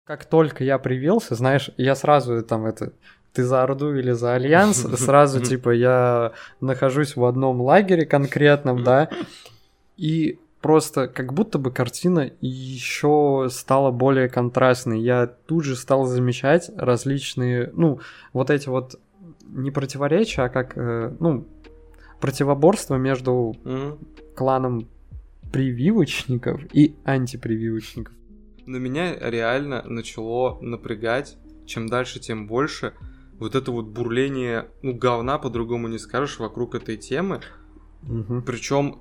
Как только я привился, знаешь, я сразу ты за Орду или за Альянс, сразу я нахожусь в одном лагере конкретном, да, и просто как будто бы картина еще стала более контрастной. Я тут же стал замечать различные, вот эти вот не противоречия, а как, противоборство между кланом прививочников и антипрививочников. Но меня реально начало напрягать, чем дальше, тем больше, вот это вот бурление, говна, по-другому не скажешь, вокруг этой темы. Причем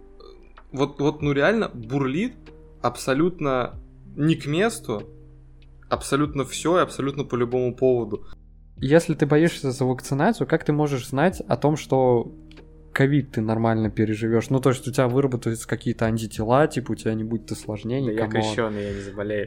реально бурлит абсолютно не к месту, абсолютно все и абсолютно по любому поводу. Если ты боишься за вакцинацию, как ты можешь знать о том, что ковид ты нормально переживешь? То есть у тебя выработаются какие-то антитела, у тебя не будет осложнений. Да я крещеный, я не заболею.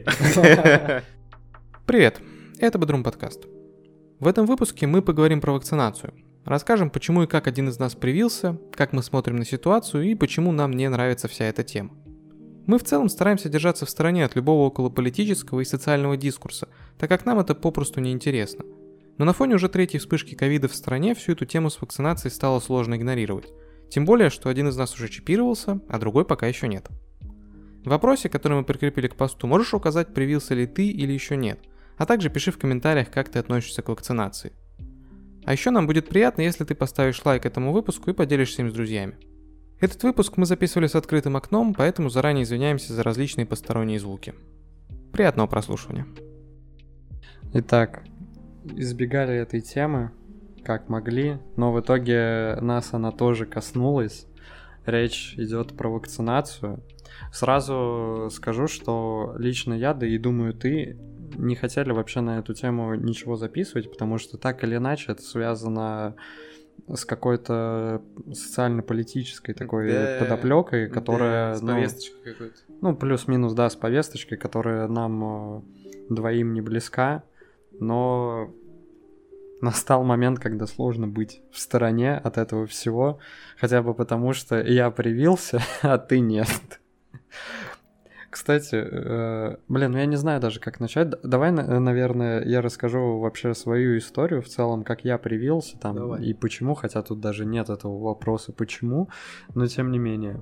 Привет, это Бодрум подкаст. В этом выпуске мы поговорим про вакцинацию. Расскажем, почему и как один из нас привился, как мы смотрим на ситуацию и почему нам не нравится вся эта тема. Мы в целом стараемся держаться в стороне от любого околополитического и социального дискурса, так как нам это попросту неинтересно. Но на фоне уже третьей вспышки ковида в стране всю эту тему с вакцинацией стало сложно игнорировать. Тем более, что один из нас уже чипировался, а другой пока еще нет. В вопросе, который мы прикрепили к посту, можешь указать, привился ли ты или еще нет, а также пиши в комментариях, как ты относишься к вакцинации. А еще нам будет приятно, если ты поставишь лайк этому выпуску и поделишься им с друзьями. Этот выпуск мы записывали с открытым окном, поэтому заранее извиняемся за различные посторонние звуки. Приятного прослушивания. Итак, избегали этой темы, как могли, но в итоге нас она тоже коснулась. Речь идет про вакцинацию. Сразу скажу, что лично я, да и думаю ты, не хотели вообще на эту тему ничего записывать, потому что так или иначе это связано с какой-то социально-политической такой подоплекой, которая... с повесточкой какой-то. Плюс-минус, да, с повесточкой, которая нам двоим не близка. Но настал момент, когда сложно быть в стороне от этого всего, хотя бы потому, что я привился, а ты нет. Кстати, я не знаю даже, как начать. Давай, наверное, я расскажу вообще свою историю в целом, как я привился там. Давай. И почему, хотя тут даже нет этого вопроса «почему», но тем не менее.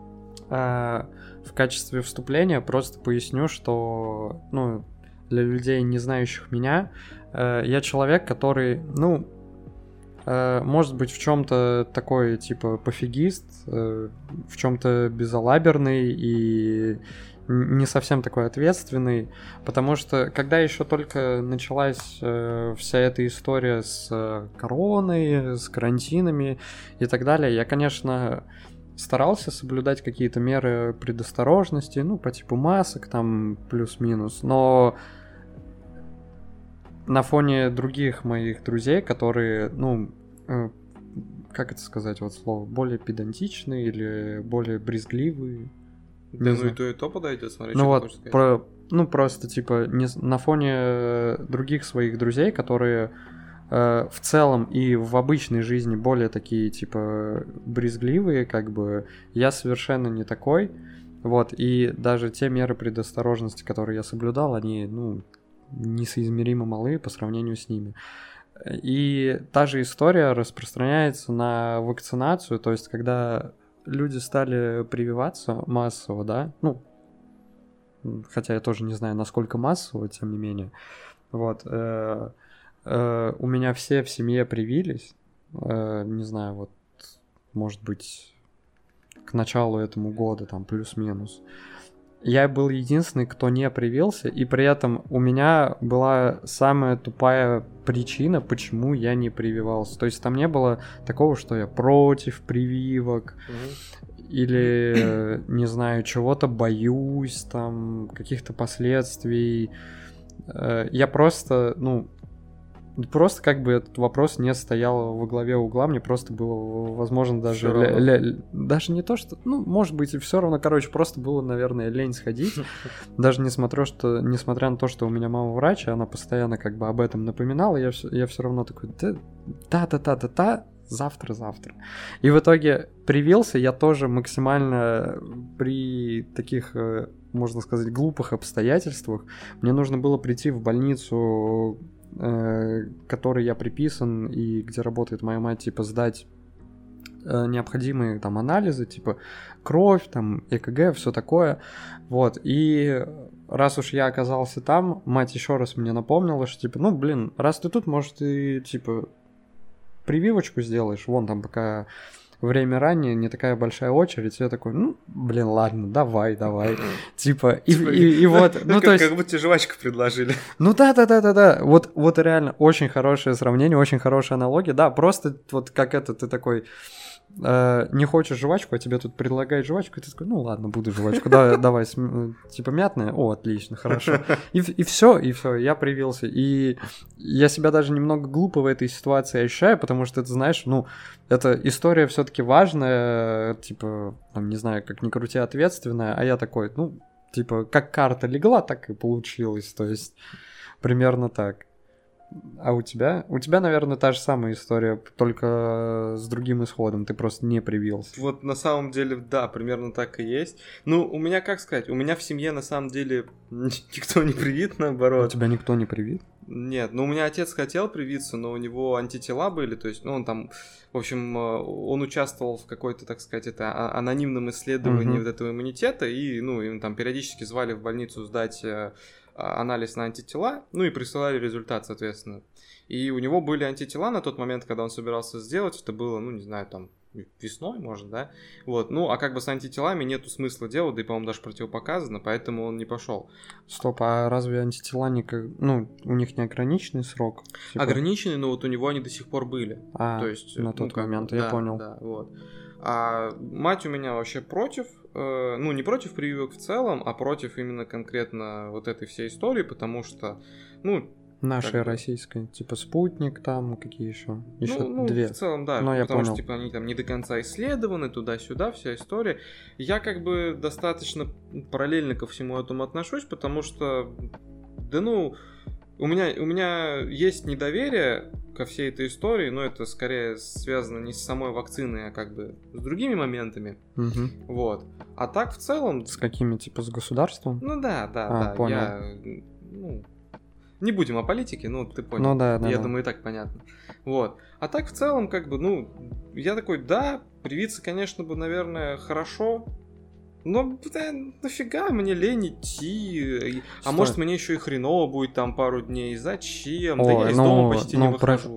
В качестве вступления просто поясню, что, для людей, не знающих меня, я человек, который, может быть, в чем-то такой, пофигист, в чем-то безалаберный и не совсем такой ответственный, потому что, когда еще только началась вся эта история с короной, с карантинами и так далее, я, конечно, старался соблюдать какие-то меры предосторожности, по типу масок, там, плюс-минус, но на фоне других моих друзей, которые, как это сказать, вот слово, более педантичные или более брезгливые. Да, и то подойдет, смотри, что ты хочешь сказать. Просто, на фоне других своих друзей, которые в целом и в обычной жизни более такие, брезгливые, я совершенно не такой. Вот, и даже те меры предосторожности, которые я соблюдал, они, несоизмеримо малы по сравнению с ними. И та же история распространяется на вакцинацию, то есть когда люди стали прививаться массово, да, хотя я тоже не знаю, насколько массово, тем не менее, вот, у меня все в семье привились, не знаю, вот, может быть, к началу этому года, там, плюс-минус. Я был единственный, кто не привился, и при этом у меня была самая тупая причина, почему я не прививался. То есть там не было такого, что я против прививок, или, не знаю, чего-то боюсь, там, каких-то последствий. Я просто, просто этот вопрос не стоял во главе угла, мне просто было, возможно, даже даже не то, что, может быть, и все равно, просто было, наверное, лень сходить, даже несмотря на то, что у меня мама врач, и она постоянно об этом напоминала, я все равно такой, завтра. И в итоге привился я тоже максимально при таких, можно сказать, глупых обстоятельствах. Мне нужно было прийти в больницу, к которой я приписан и где работает моя мать, типа сдать необходимые там анализы, типа кровь, там ЭКГ, все такое. Вот. И раз уж я оказался там, мать еще раз мне напомнила, что типа, ну, блин, раз ты тут, может, ты типа прививочку сделаешь, вон там пока время раннее, не такая большая очередь, я такой, ну, блин, ладно, давай, типа, и вот, ну, то есть... Как будто тебе жвачку предложили. Ну, да, вот реально очень хорошее сравнение, очень хорошая аналогия, да, просто вот как это, ты такой... не хочешь жвачку, а тебе тут предлагают жвачку, и ты такой, ну ладно, буду жвачку, давай, типа мятная, о, отлично, хорошо. И все, я привился. И я себя даже немного глупо в этой ситуации ощущаю, потому что, ты знаешь, ну, эта история все-таки важная, типа, там, не знаю, как ни крути, ответственная, а я такой, ну, типа, как карта легла, так и получилось, то есть примерно так. А у тебя? У тебя, наверное, та же самая история, только с другим исходом, ты просто не привился. Вот на самом деле, да, примерно так и есть. Ну, у меня, как сказать, у меня в семье на самом деле никто не привит, наоборот. У тебя никто не привит? Нет, ну у меня отец хотел привиться, но у него антитела были, то есть, ну он там, в общем, он участвовал в какой-то, так сказать, это анонимном исследовании вот этого иммунитета, и, ну, им там периодически звали в больницу сдать... анализ на антитела, ну и присылали результат, соответственно. И у него были антитела на тот момент, когда он собирался сделать, это было, ну, не знаю, там, весной, может, да? Вот, ну, а как бы с антителами нету смысла делать, да и, по-моему, даже противопоказано, поэтому он не пошел. Стоп, а разве антитела ну, у них не ограниченный срок? Типа... Ограниченный, но вот у него они до сих пор были. То есть, на тот момент, я понял. Да, вот. А мать у меня вообще против, ну, не против прививок в целом, а против именно конкретно вот этой всей истории, потому что, ну... Нашей российской, типа спутник там, какие еще? Еще ну, две. В целом, да, но потому что, типа, они там не до конца исследованы, туда-сюда, вся история. Я как бы достаточно параллельно ко всему этому отношусь, потому что, да ну... У меня есть недоверие ко всей этой истории, но это скорее связано не с самой вакциной, а как бы с другими моментами. Вот. А так в целом... С какими, типа, с государством? Ну да. Понял. Ну, не будем о политике, ну ты понял. Ну да. Я думаю, и так понятно. Вот. А так в целом, как бы, ну, я такой, да, привиться, конечно, бы, наверное, хорошо. Но, нафига мне лень идти? А может, мне еще и хреново будет там пару дней. Зачем? Да я из дома почти не выхожу.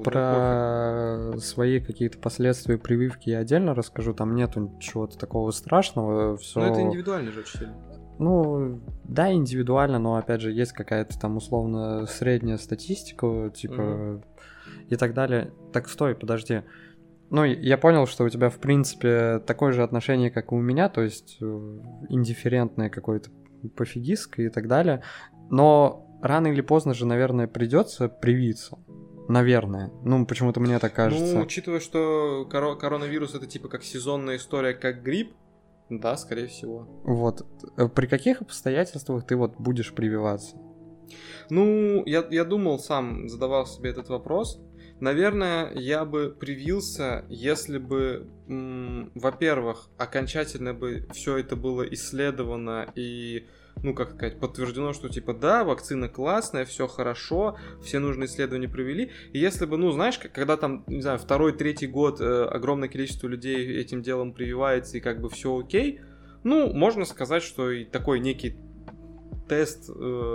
Про свои какие-то последствия прививки я отдельно расскажу. Там нету чего-то такого страшного. Всё... Но это индивидуально же очень сильно. Ну, да, индивидуально, но, опять же, есть какая-то там условно средняя статистика, типа, и так далее. Так, стой, подожди. Ну, я понял, что у тебя, в принципе, такое же отношение, как и у меня, то есть индифферентное какое-то, пофигистское и так далее. Но рано или поздно же, наверное, придется привиться. Наверное. Ну, почему-то мне так кажется. Ну, учитывая, что коронавирус это типа как сезонная история, как грипп, да, скорее всего. Вот. При каких обстоятельствах ты вот будешь прививаться? Ну, я думал, сам задавал себе этот вопрос. Наверное, я бы привился, если бы, во-первых, окончательно бы все это было исследовано и, ну, как сказать, подтверждено, что, типа, да, вакцина классная, все хорошо, все нужные исследования провели. И если бы, ну, знаешь, когда там, не знаю, 2-3 год огромное количество людей этим делом прививается и как бы все окей, ну, можно сказать, что и такой некий тест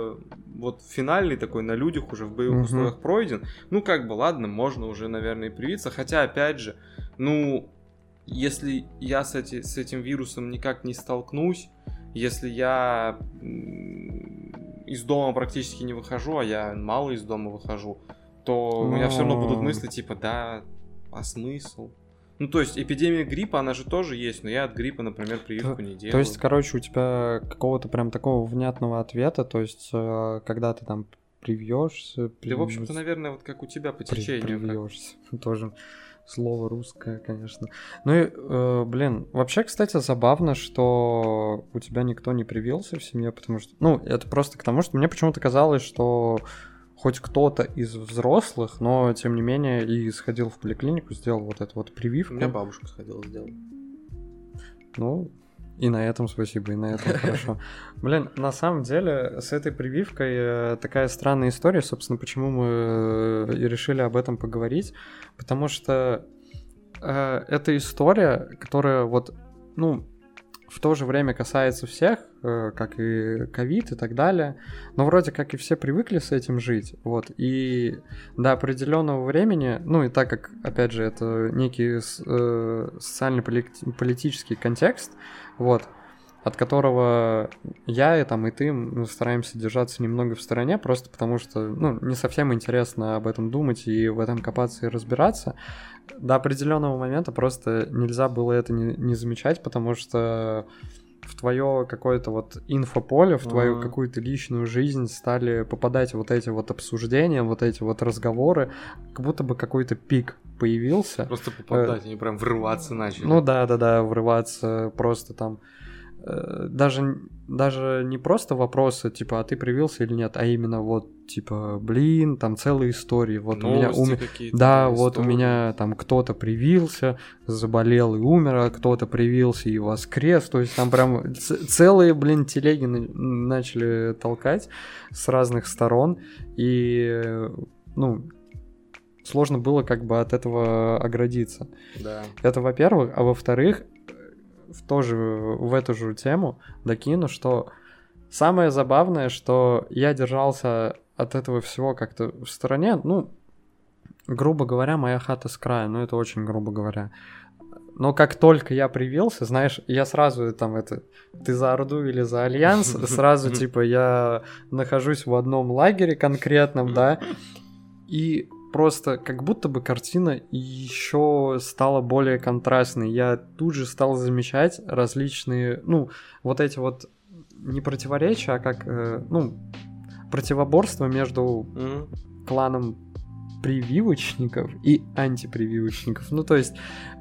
вот финальный такой на людях уже в боевых условиях пройден, ну как бы ладно, можно уже, наверное, и привиться, хотя опять же, ну если я с этим вирусом никак не столкнусь, если я из дома практически не выхожу, а я мало из дома выхожу, то у меня все равно будут мысли типа, да, а смысл? Ну, то есть, эпидемия гриппа, она же тоже есть, но я от гриппа, например, прививку не делаю. То есть, короче, у тебя какого-то прям такого внятного ответа, то есть, когда ты там привьешься... Да, в общем-то, наверное, вот как у тебя по течению. Привьешься. Тоже слово русское, конечно. Ну и, блин, вообще, кстати, забавно, что у тебя никто не привился в семье, потому что... Ну, это просто к тому, что мне почему-то казалось, что хоть кто-то из взрослых, но тем не менее и сходил в поликлинику, сделал вот эту вот прививку. У меня бабушка сходила, сделала. Ну, и на этом спасибо, и на этом хорошо. Блин, на самом деле с этой прививкой такая странная история, собственно, почему мы и решили об этом поговорить, потому что это история, которая вот, ну, в то же время касается всех, как и ковид и так далее, но вроде как и все привыкли с этим жить, вот, и до определенного времени, ну и так как, опять же, это некий социально-политический контекст, вот, от которого я и там и ты мы стараемся держаться немного в стороне, просто потому что, ну, не совсем интересно об этом думать и в этом копаться и разбираться. До определенного момента просто нельзя было это не замечать, потому что в твое какое-то вот инфополе, в твою какую-то личную жизнь стали попадать вот эти вот обсуждения, вот эти вот разговоры, как будто бы какой-то пик появился. Просто попадать, они прям врываться начали. Ну да, врываться просто там. Даже не просто вопросы, типа, а ты привился или нет, а именно вот, типа, блин, там целые истории. Вот новости у меня, какие-то. да, да, вот истории. у меня там кто-то привился, заболел и умер, а кто-то привился и воскрес. То есть там прям целые, блин, телеги начали толкать с разных сторон. И, ну, сложно было как бы от этого оградиться. Да. Это во-первых. А во-вторых, в эту же тему докину, что самое забавное, что я держался от этого всего как-то в стороне, ну, грубо говоря, моя хата с края, ну, это очень грубо говоря. Но как только я привился, знаешь, я сразу там ты за Орду или за Альянс, сразу типа я нахожусь в одном лагере конкретном, да, и просто как будто бы картина еще стала более контрастной. Я тут же стал замечать различные, ну, вот эти вот не противоречия, а как, ну, противоборство между кланом прививочников и антипрививочников. Ну, то есть,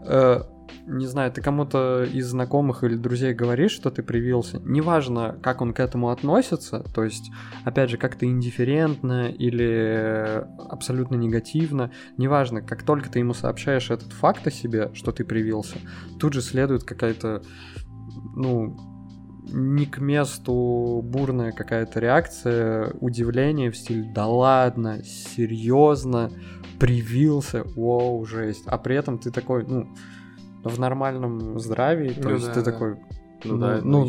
не знаю, ты кому-то из знакомых или друзей говоришь, что ты привился, неважно, как он к этому относится, то есть, опять же, как-то индифферентно или абсолютно негативно, неважно, как только ты ему сообщаешь этот факт о себе, что ты привился, тут же следует какая-то, ну, не к месту бурная какая-то реакция, удивление в стиле «да ладно, серьезно, привился, вау, жесть», а при этом ты такой, ну, в нормальном здравии, то есть ты такой, ну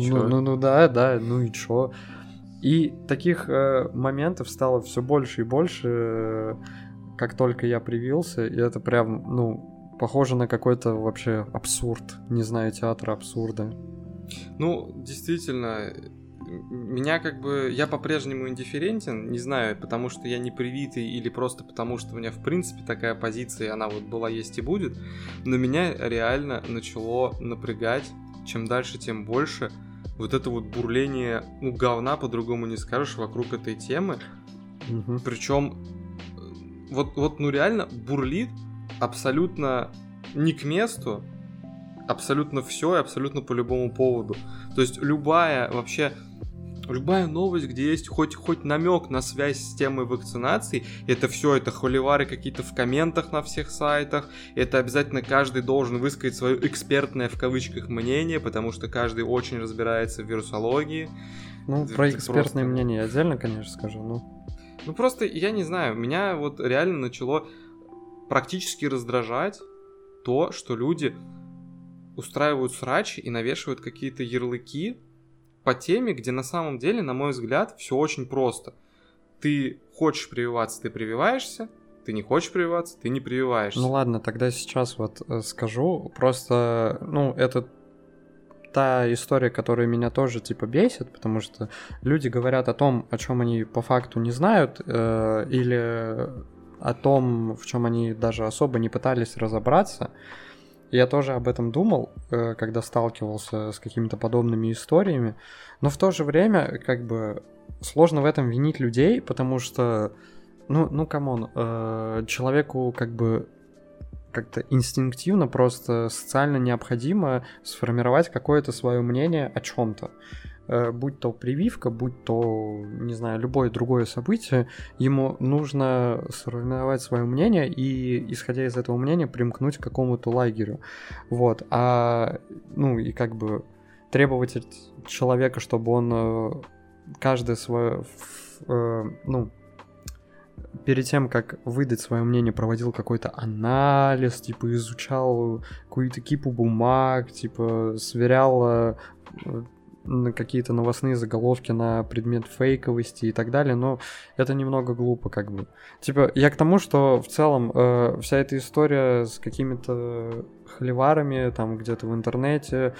и чё. И таких моментов стало все больше и больше, как только я привился, и это прям, ну, похоже на какой-то вообще абсурд, не знаю, театр абсурда. Ну, действительно, меня как бы... Я по-прежнему индифферентен, не знаю, потому что я не привитый или просто потому, что у меня в принципе такая позиция, и она вот была, есть и будет, но меня реально начало напрягать, чем дальше, тем больше, вот это вот бурление, ну, говна, по-другому не скажешь, вокруг этой темы. Причем вот, ну, реально бурлит абсолютно не к месту, абсолютно все и абсолютно по любому поводу. То есть любая новость, где есть хоть намек на связь с темой вакцинации, это все, это холивары какие-то в комментах на всех сайтах, это обязательно каждый должен высказать свое экспертное в кавычках мнение, потому что каждый очень разбирается в вирусологии. Ну, про экспертное мнение отдельно, конечно, скажу, Ну, просто, я не знаю, меня вот реально начало практически раздражать то, что люди устраивают срачи и навешивают какие-то ярлыки по теме, где на самом деле, на мой взгляд, все очень просто. Ты хочешь прививаться, ты прививаешься, ты не хочешь прививаться, ты не прививаешься. Ну ладно, тогда сейчас вот скажу, просто, ну, это та история, которая меня тоже, типа, бесит, потому что люди говорят о том, о чем они по факту не знают, или о том, в чем они даже особо не пытались разобраться. Я тоже об этом думал, когда сталкивался с какими-то подобными историями, но в то же время, как бы, сложно в этом винить людей, потому что, ну, камон, человеку, как бы, как-то инстинктивно, просто социально необходимо сформировать какое-то свое мнение о чем-то. будь то прививка, будь то, не знаю, любое другое событие, ему нужно сформировать свое мнение и, исходя из этого мнения, примкнуть к какому-то лагерю. Вот. Ну, и как бы требовать от человека, чтобы он каждое свое... ну, перед тем, как выдать свое мнение, проводил какой-то анализ, типа, изучал какую-то кипу бумаг, типа, сверял какие-то новостные заголовки на предмет фейковости и так далее, но это немного глупо, как бы. Типа, я к тому, что в целом вся эта история с какими-то холиварами там где-то в интернете,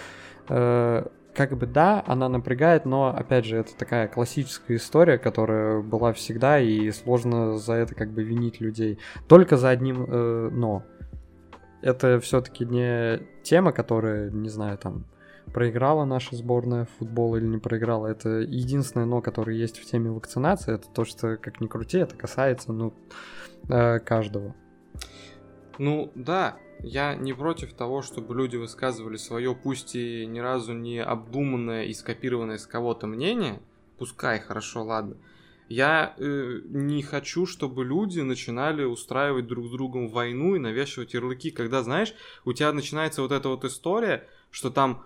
как бы да, она напрягает, но, опять же, это такая классическая история, которая была всегда, и сложно за это как бы винить людей. Только за одним но. Это все-таки не тема, которая, не знаю, там, проиграла наша сборная в футбол или не проиграла. Это единственное но, которое есть в теме вакцинации, это то, что, как ни крути, это касается, ну, каждого. Ну, да. Я не против того, чтобы люди высказывали свое, пусть и ни разу не обдуманное и скопированное с кого-то мнение. Пускай, хорошо, ладно. Я не хочу, чтобы люди начинали устраивать друг с другом войну и навешивать ярлыки, когда, знаешь, у тебя начинается вот эта вот история, что там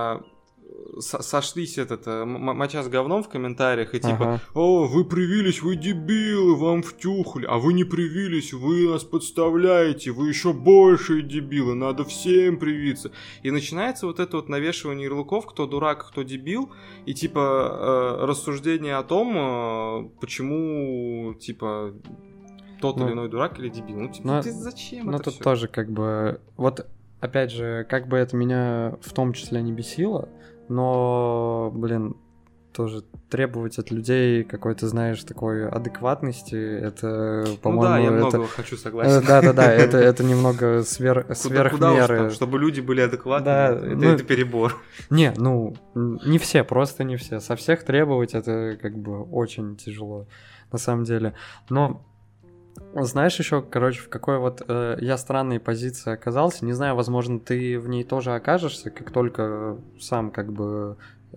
сошлись моча с говном в комментариях и типа, о, вы привились, вы дебилы, вам втюхали, а вы не привились, вы нас подставляете, вы еще большие дебилы, надо всем привиться. И начинается вот это вот навешивание ярлыков, кто дурак, кто дебил, и типа рассуждение о том, почему типа тот или иной дурак или дебил. Ну типа, ты зачем это тут всё? тоже как бы, вот опять же, как бы это меня в том числе не бесило, но, блин, тоже требовать от людей какой-то, знаешь, такой адекватности, это, по-моему... Ну да, я это... многого хочу, согласен. Да-да-да, это немного сверх Куда уж меры. там, чтобы люди были адекватны, Да, это перебор. Не, ну, не все, просто не все. Со всех требовать это как бы очень тяжело, на самом деле. Но... Знаешь еще, короче, в какой вот я странной позиции оказался. Не знаю, возможно, ты в ней тоже окажешься, как только сам как бы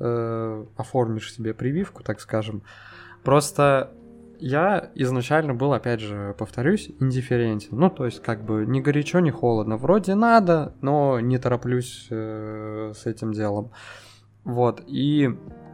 оформишь себе прививку, так скажем. Просто я изначально был, опять же, повторюсь, индифферентен. Ну, то есть, как бы, ни горячо, ни холодно. Вроде надо, но не тороплюсь с этим делом. Вот, и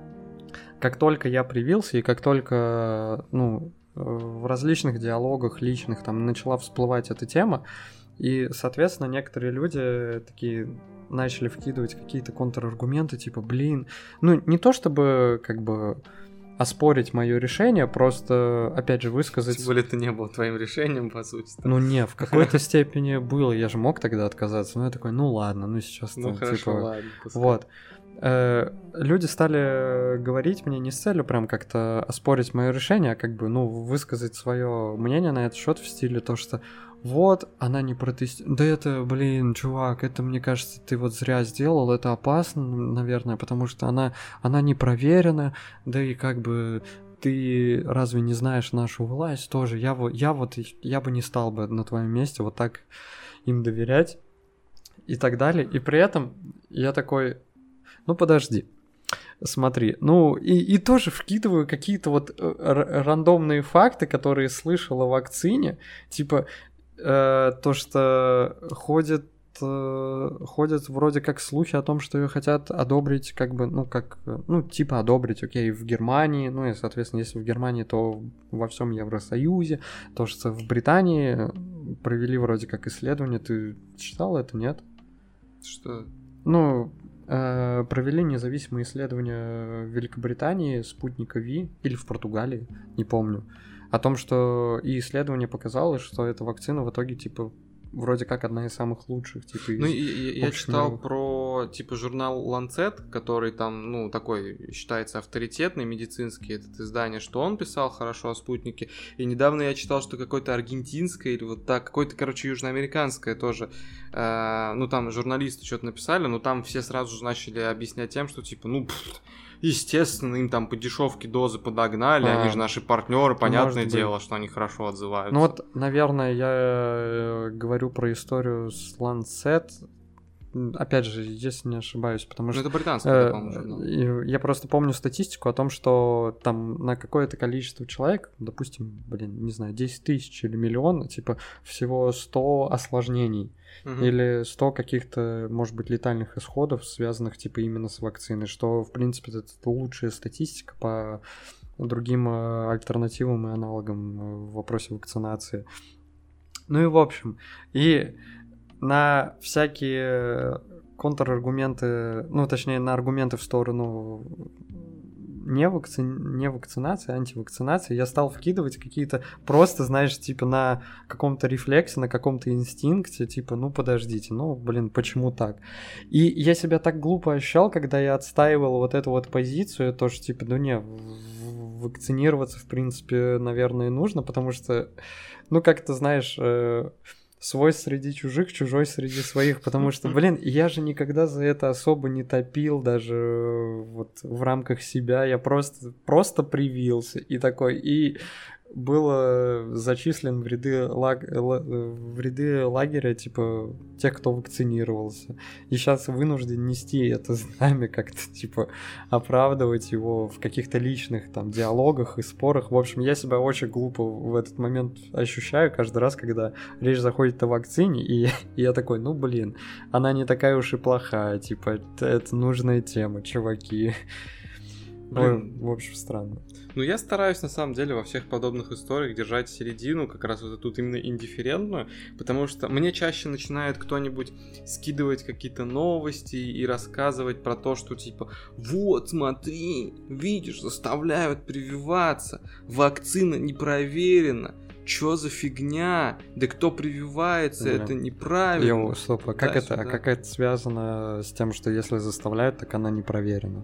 как только я привился, и как только, ну... в различных диалогах личных там начала всплывать эта тема, и, соответственно, некоторые люди такие начали вкидывать какие-то контраргументы, типа, блин, ну, не то чтобы, как бы, оспорить мое решение, просто, опять же, высказать... Тем более это не было твоим решением, по сути. Ну, не, в какой-то степени было, я же мог тогда отказаться, но я такой, ну, ладно, ну, сейчас... Ну, хорошо, ладно, пускай. Вот. Люди стали говорить мне не с целью прям как-то оспорить мое решение, а как бы, ну, высказать свое мнение на этот счет в стиле то, что вот, она не протестирует. Да это, блин, чувак, это, мне кажется, ты вот зря сделал, это опасно, наверное, потому что она не проверена, да и как бы ты разве не знаешь нашу власть тоже? Я бы не стал бы на твоем месте вот так им доверять и так далее. И при этом я такой... Ну, подожди, смотри, ну, и тоже вкидываю какие-то вот рандомные факты, которые слышал о вакцине, типа, то, что ходят вроде как слухи о том, что ее хотят одобрить, как бы, ну, как, ну, типа одобрить, окей, в Германии, ну, и, соответственно, если в Германии, то во всем Евросоюзе, то, что в Британии провели вроде как исследование, ты читал это, нет? Что? Ну... провели независимые исследования в Великобритании, спутника Ви, или в Португалии, не помню, о том, что и исследование показало, что эта вакцина в итоге, типа, вроде как одна из самых лучших, типа, ну, я читал про, типа, журнал Lancet, который там, ну, такой считается авторитетный, медицинский, это издание, что он писал хорошо о спутнике, и недавно я читал, что какое-то аргентинское или вот так, какое-то, короче, южноамериканское тоже, ну, там журналисты что-то написали, но там все сразу же начали объяснять тем, что, типа, ну, естественно, им там по дешевке дозы подогнали, они же наши партнеры, понятное дело, что они хорошо отзываются. Ну вот, наверное, я говорю про историю с Lancet опять же, если не ошибаюсь, потому что... это британский, по-моему, журнал. Я просто помню статистику о том, что там на какое-то количество человек, допустим, не знаю, 10 тысяч или миллион, типа всего 100 осложнений. Или 100 каких-то, может быть, летальных исходов, связанных типа именно с вакциной, что, в принципе, это лучшая статистика по другим альтернативам и аналогам в вопросе вакцинации. Ну и в общем, и на всякие контраргументы, ну точнее на аргументы в сторону не вакцинации, антивакцинации, я стал вкидывать какие-то просто, знаешь, типа на каком-то рефлексе, на каком-то инстинкте, типа, ну подождите, ну блин, почему так? И я себя так глупо ощущал, когда я отстаивал вот эту вот позицию, то, что типа, ну не, вакцинироваться в принципе, наверное, нужно, потому что, ну как ты знаешь... свой среди чужих, чужой среди своих, потому что, блин, я же никогда за это особо не топил, даже вот в рамках себя, я просто привился, и такой, и было зачислен в ряды лагеря, типа, тех, кто вакцинировался. И сейчас вынужден нести это знамя, как-то, типа, оправдывать его в каких-то личных там диалогах и спорах. В общем, я себя очень глупо в этот момент ощущаю каждый раз, когда речь заходит о вакцине, и я такой, ну, блин, она не такая уж и плохая, типа, это нужная тема, чуваки. Блин. В общем, странно. Ну, я стараюсь, на самом деле, во всех подобных историях держать середину, как раз вот тут именно индифферентную, потому что мне чаще начинает кто-нибудь скидывать какие-то новости и рассказывать про то, что типа, вот, смотри, видишь, заставляют прививаться, вакцина не проверена, чё за фигня, да кто прививается, это неправильно. Йоу, стоп, а как это связано с тем, что если заставляют, так она не проверена?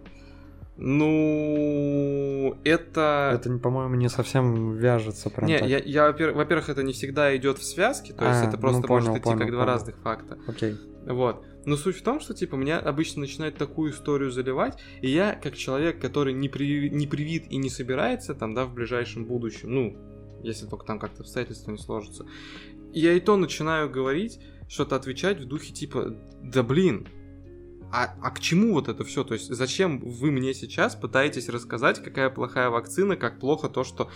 Ну, это... Это, по-моему, не совсем вяжется прям не, так. Во-первых, это не всегда идет в связке, то есть это просто может идти как два разных факта. Окей. Вот. Но суть в том, что, типа, меня обычно начинает такую историю заливать, и я, как человек, который не привит и не собирается там, да, в ближайшем будущем, ну, если только там как-то обстоятельства не сложатся, я и то начинаю говорить, что-то отвечать в духе, типа, да блин, а к чему вот это все? То есть зачем вы мне сейчас пытаетесь рассказать, какая плохая вакцина, как плохо то, что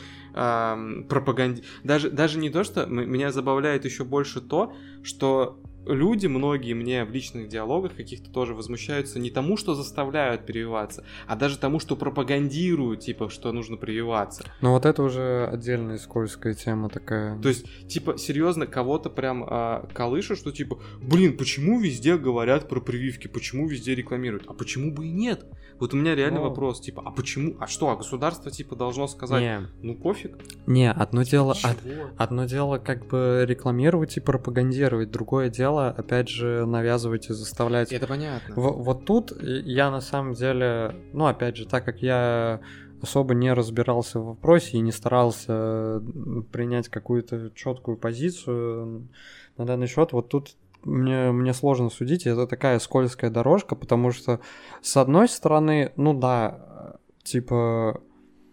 даже не то, что меня забавляет еще больше то, что люди, многие мне в личных диалогах каких-то тоже возмущаются не тому, что заставляют прививаться, а даже тому, что пропагандируют, типа, что нужно прививаться. Ну вот это уже отдельная скользкая тема такая. То есть, типа, серьезно, кого-то прям колышет, что типа, блин, почему везде говорят про прививки, почему везде рекламируют, а почему бы и нет? Вот у меня реально вопрос, типа, а почему, а что, а государство, типа, должно сказать, ну пофиг? Не, одно дело как бы рекламировать и пропагандировать, другое дело, опять же, навязывать и заставлять. Это понятно. Вот тут я на самом деле, ну, опять же, так как я особо не разбирался в вопросе и не старался принять какую-то четкую позицию на данный счет, вот тут мне сложно судить, это такая скользкая дорожка, потому что, с одной стороны, ну да, типа...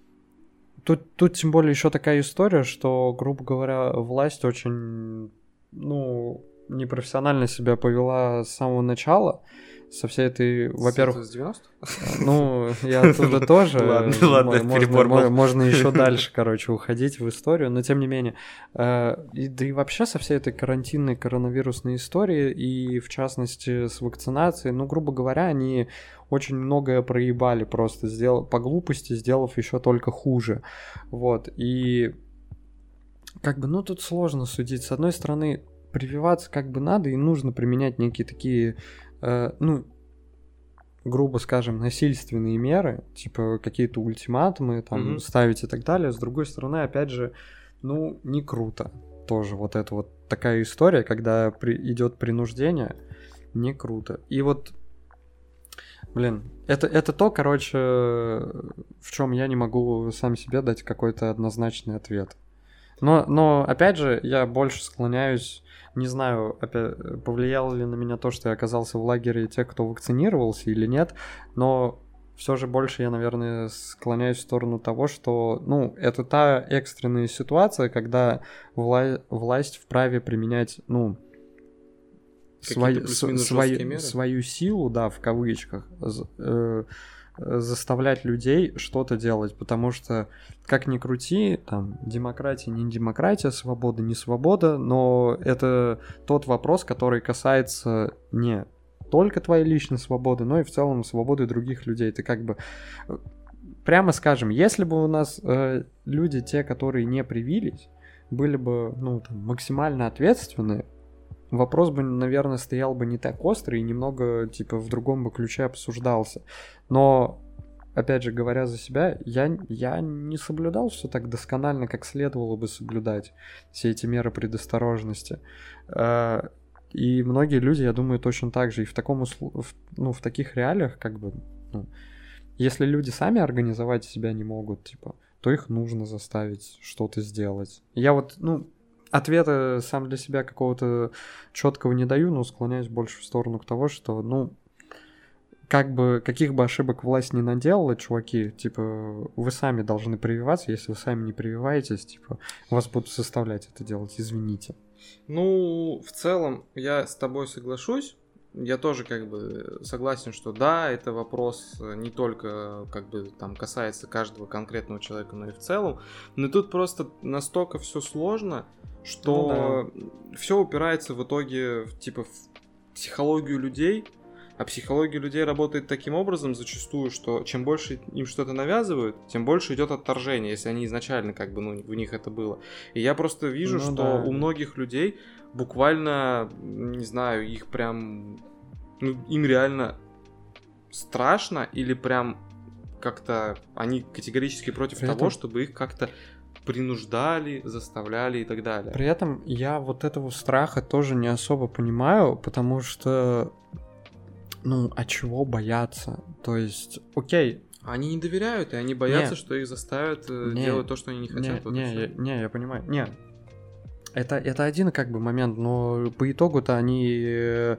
Тут тем более еще такая история, что, грубо говоря, власть очень, ну, непрофессионально себя повела с самого начала, со всей этой, во-первых... С 90? Ну, я оттуда тоже. Ладно, перебор был. Можно еще дальше, короче, уходить в историю, но тем не менее. Да и вообще со всей этой карантинной коронавирусной историей, и в частности с вакцинацией, ну, грубо говоря, они очень многое проебали просто, по глупости, сделав еще только хуже. Вот, и как бы, ну, тут сложно судить. С одной стороны, прививаться как бы надо, и нужно применять некие такие, ну, грубо скажем, насильственные меры, типа какие-то ультиматумы там ставить и так далее. С другой стороны, опять же, ну, не круто тоже вот эта вот такая история, когда идет принуждение, не круто. И вот, блин, это то, короче, в чем я не могу сам себе дать какой-то однозначный ответ. Но опять же, я больше склоняюсь, не знаю, опять, повлияло ли на меня то, что я оказался в лагере тех, кто вакцинировался или нет, но все же больше я, наверное, склоняюсь в сторону того, что, ну, это та экстренная ситуация, когда власть вправе применять, ну, свою силу, да, в кавычках, заставлять людей что-то делать, потому что, как ни крути, там, демократия, не демократия, свобода, не свобода, но это тот вопрос, который касается не только твоей личной свободы, но и в целом свободы других людей. Ты как бы, прямо скажем, если бы у нас люди, те, которые не привились, были бы, ну, там, максимально ответственны, вопрос бы, наверное, стоял бы не так остро и немного, типа, в другом бы ключе обсуждался. Но, опять же, говоря за себя, я не соблюдал все так досконально, как следовало бы соблюдать все эти меры предосторожности. И многие люди, я думаю, точно так же. И в таких реалиях, как бы, ну, если люди сами организовать себя не могут, типа, то их нужно заставить что-то сделать. Я вот, ну, ответа сам для себя какого-то четкого не даю, но склоняюсь больше в сторону к того, что, ну, как бы, каких бы ошибок власть не наделала, чуваки, типа, вы сами должны прививаться, если вы сами не прививаетесь, типа, вас будут заставлять это делать, извините. Ну, в целом, я с тобой соглашусь. Я тоже как бы согласен, что да, это вопрос не только как бы там касается каждого конкретного человека, но и в целом. Но тут просто настолько все сложно, что все упирается в итоге типа в психологию людей. А психология людей работает таким образом зачастую, что чем больше им что-то навязывают, тем больше идет отторжение, если они изначально как бы, ну, у них это было. И я просто вижу, что у многих людей буквально, не знаю, их прям, ну, им реально страшно или прям как-то они категорически против того, чтобы их как-то принуждали, заставляли и так далее. При этом я вот этого страха тоже не особо понимаю, потому что, ну, а чего бояться? То есть, окей. Они не доверяют, и они боятся, что их заставят делать то, что они не хотят. Я понимаю. Не, это один как бы момент, но по итогу-то они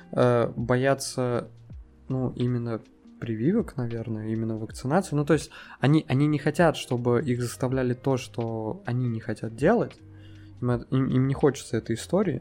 боятся, ну, именно прививок, наверное, именно вакцинации. Ну, то есть они не хотят, чтобы их заставляли то, что они не хотят делать. Им не хочется этой истории.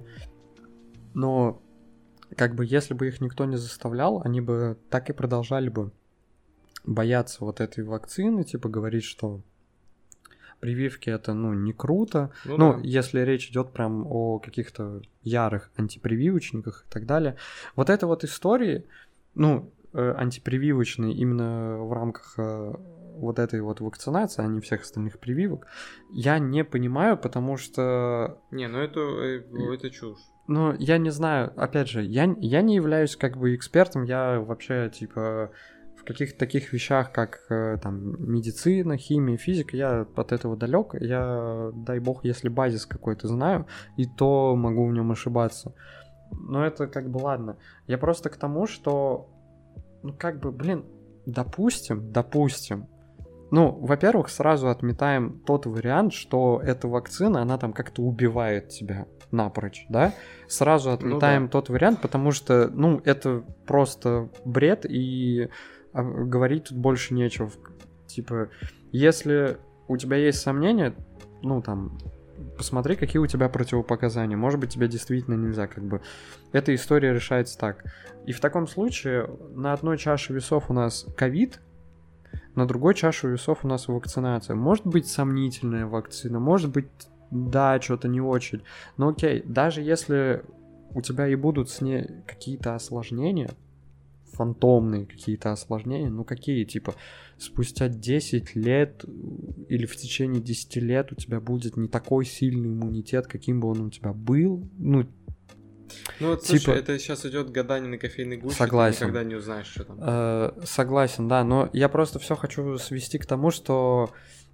Но как бы если бы их никто не заставлял, они бы так и продолжали бы бояться вот этой вакцины, типа говорить, что прививки это, ну, не круто. Ну, если речь идет прям о каких-то ярых антипрививочниках и так далее. Вот это вот истории, ну, антипрививочные именно в рамках вот этой вот вакцинации, а не всех остальных прививок, я не понимаю, потому что... Не, ну это чушь. Ну, я не знаю, опять же, я не являюсь как бы экспертом, я вообще, типа, в каких-то таких вещах, как там медицина, химия, физика, я от этого далек. Я, дай бог, если базис какой-то знаю, и то могу в нем ошибаться. Но это как бы ладно. Я просто к тому, что, ну, как бы, блин, допустим, ну, во-первых, сразу отметаем тот вариант, что эта вакцина, она там как-то убивает тебя напрочь, да? Сразу отметаем тот вариант, потому что, ну, это просто бред, и говорить тут больше нечего. Типа, если у тебя есть сомнения, ну, там, посмотри, какие у тебя противопоказания. Может быть, тебе действительно нельзя, как бы. Эта история решается так. И в таком случае на одной чаше весов у нас ковид, на другой чаше весов у нас вакцинация. Может быть, сомнительная вакцина, может быть, да, что-то не очень. Но окей, даже если у тебя и будут с ней какие-то осложнения, фантомные какие-то осложнения, ну какие, типа, спустя 10 лет или в течение 10 лет у тебя будет не такой сильный иммунитет, каким бы он у тебя был, ну... Ну вот, типа, слушай, это сейчас идет гадание на кофейной гуще, согласен. Ты никогда не узнаешь, что там. Согласен, да, но я просто все хочу свести к тому, что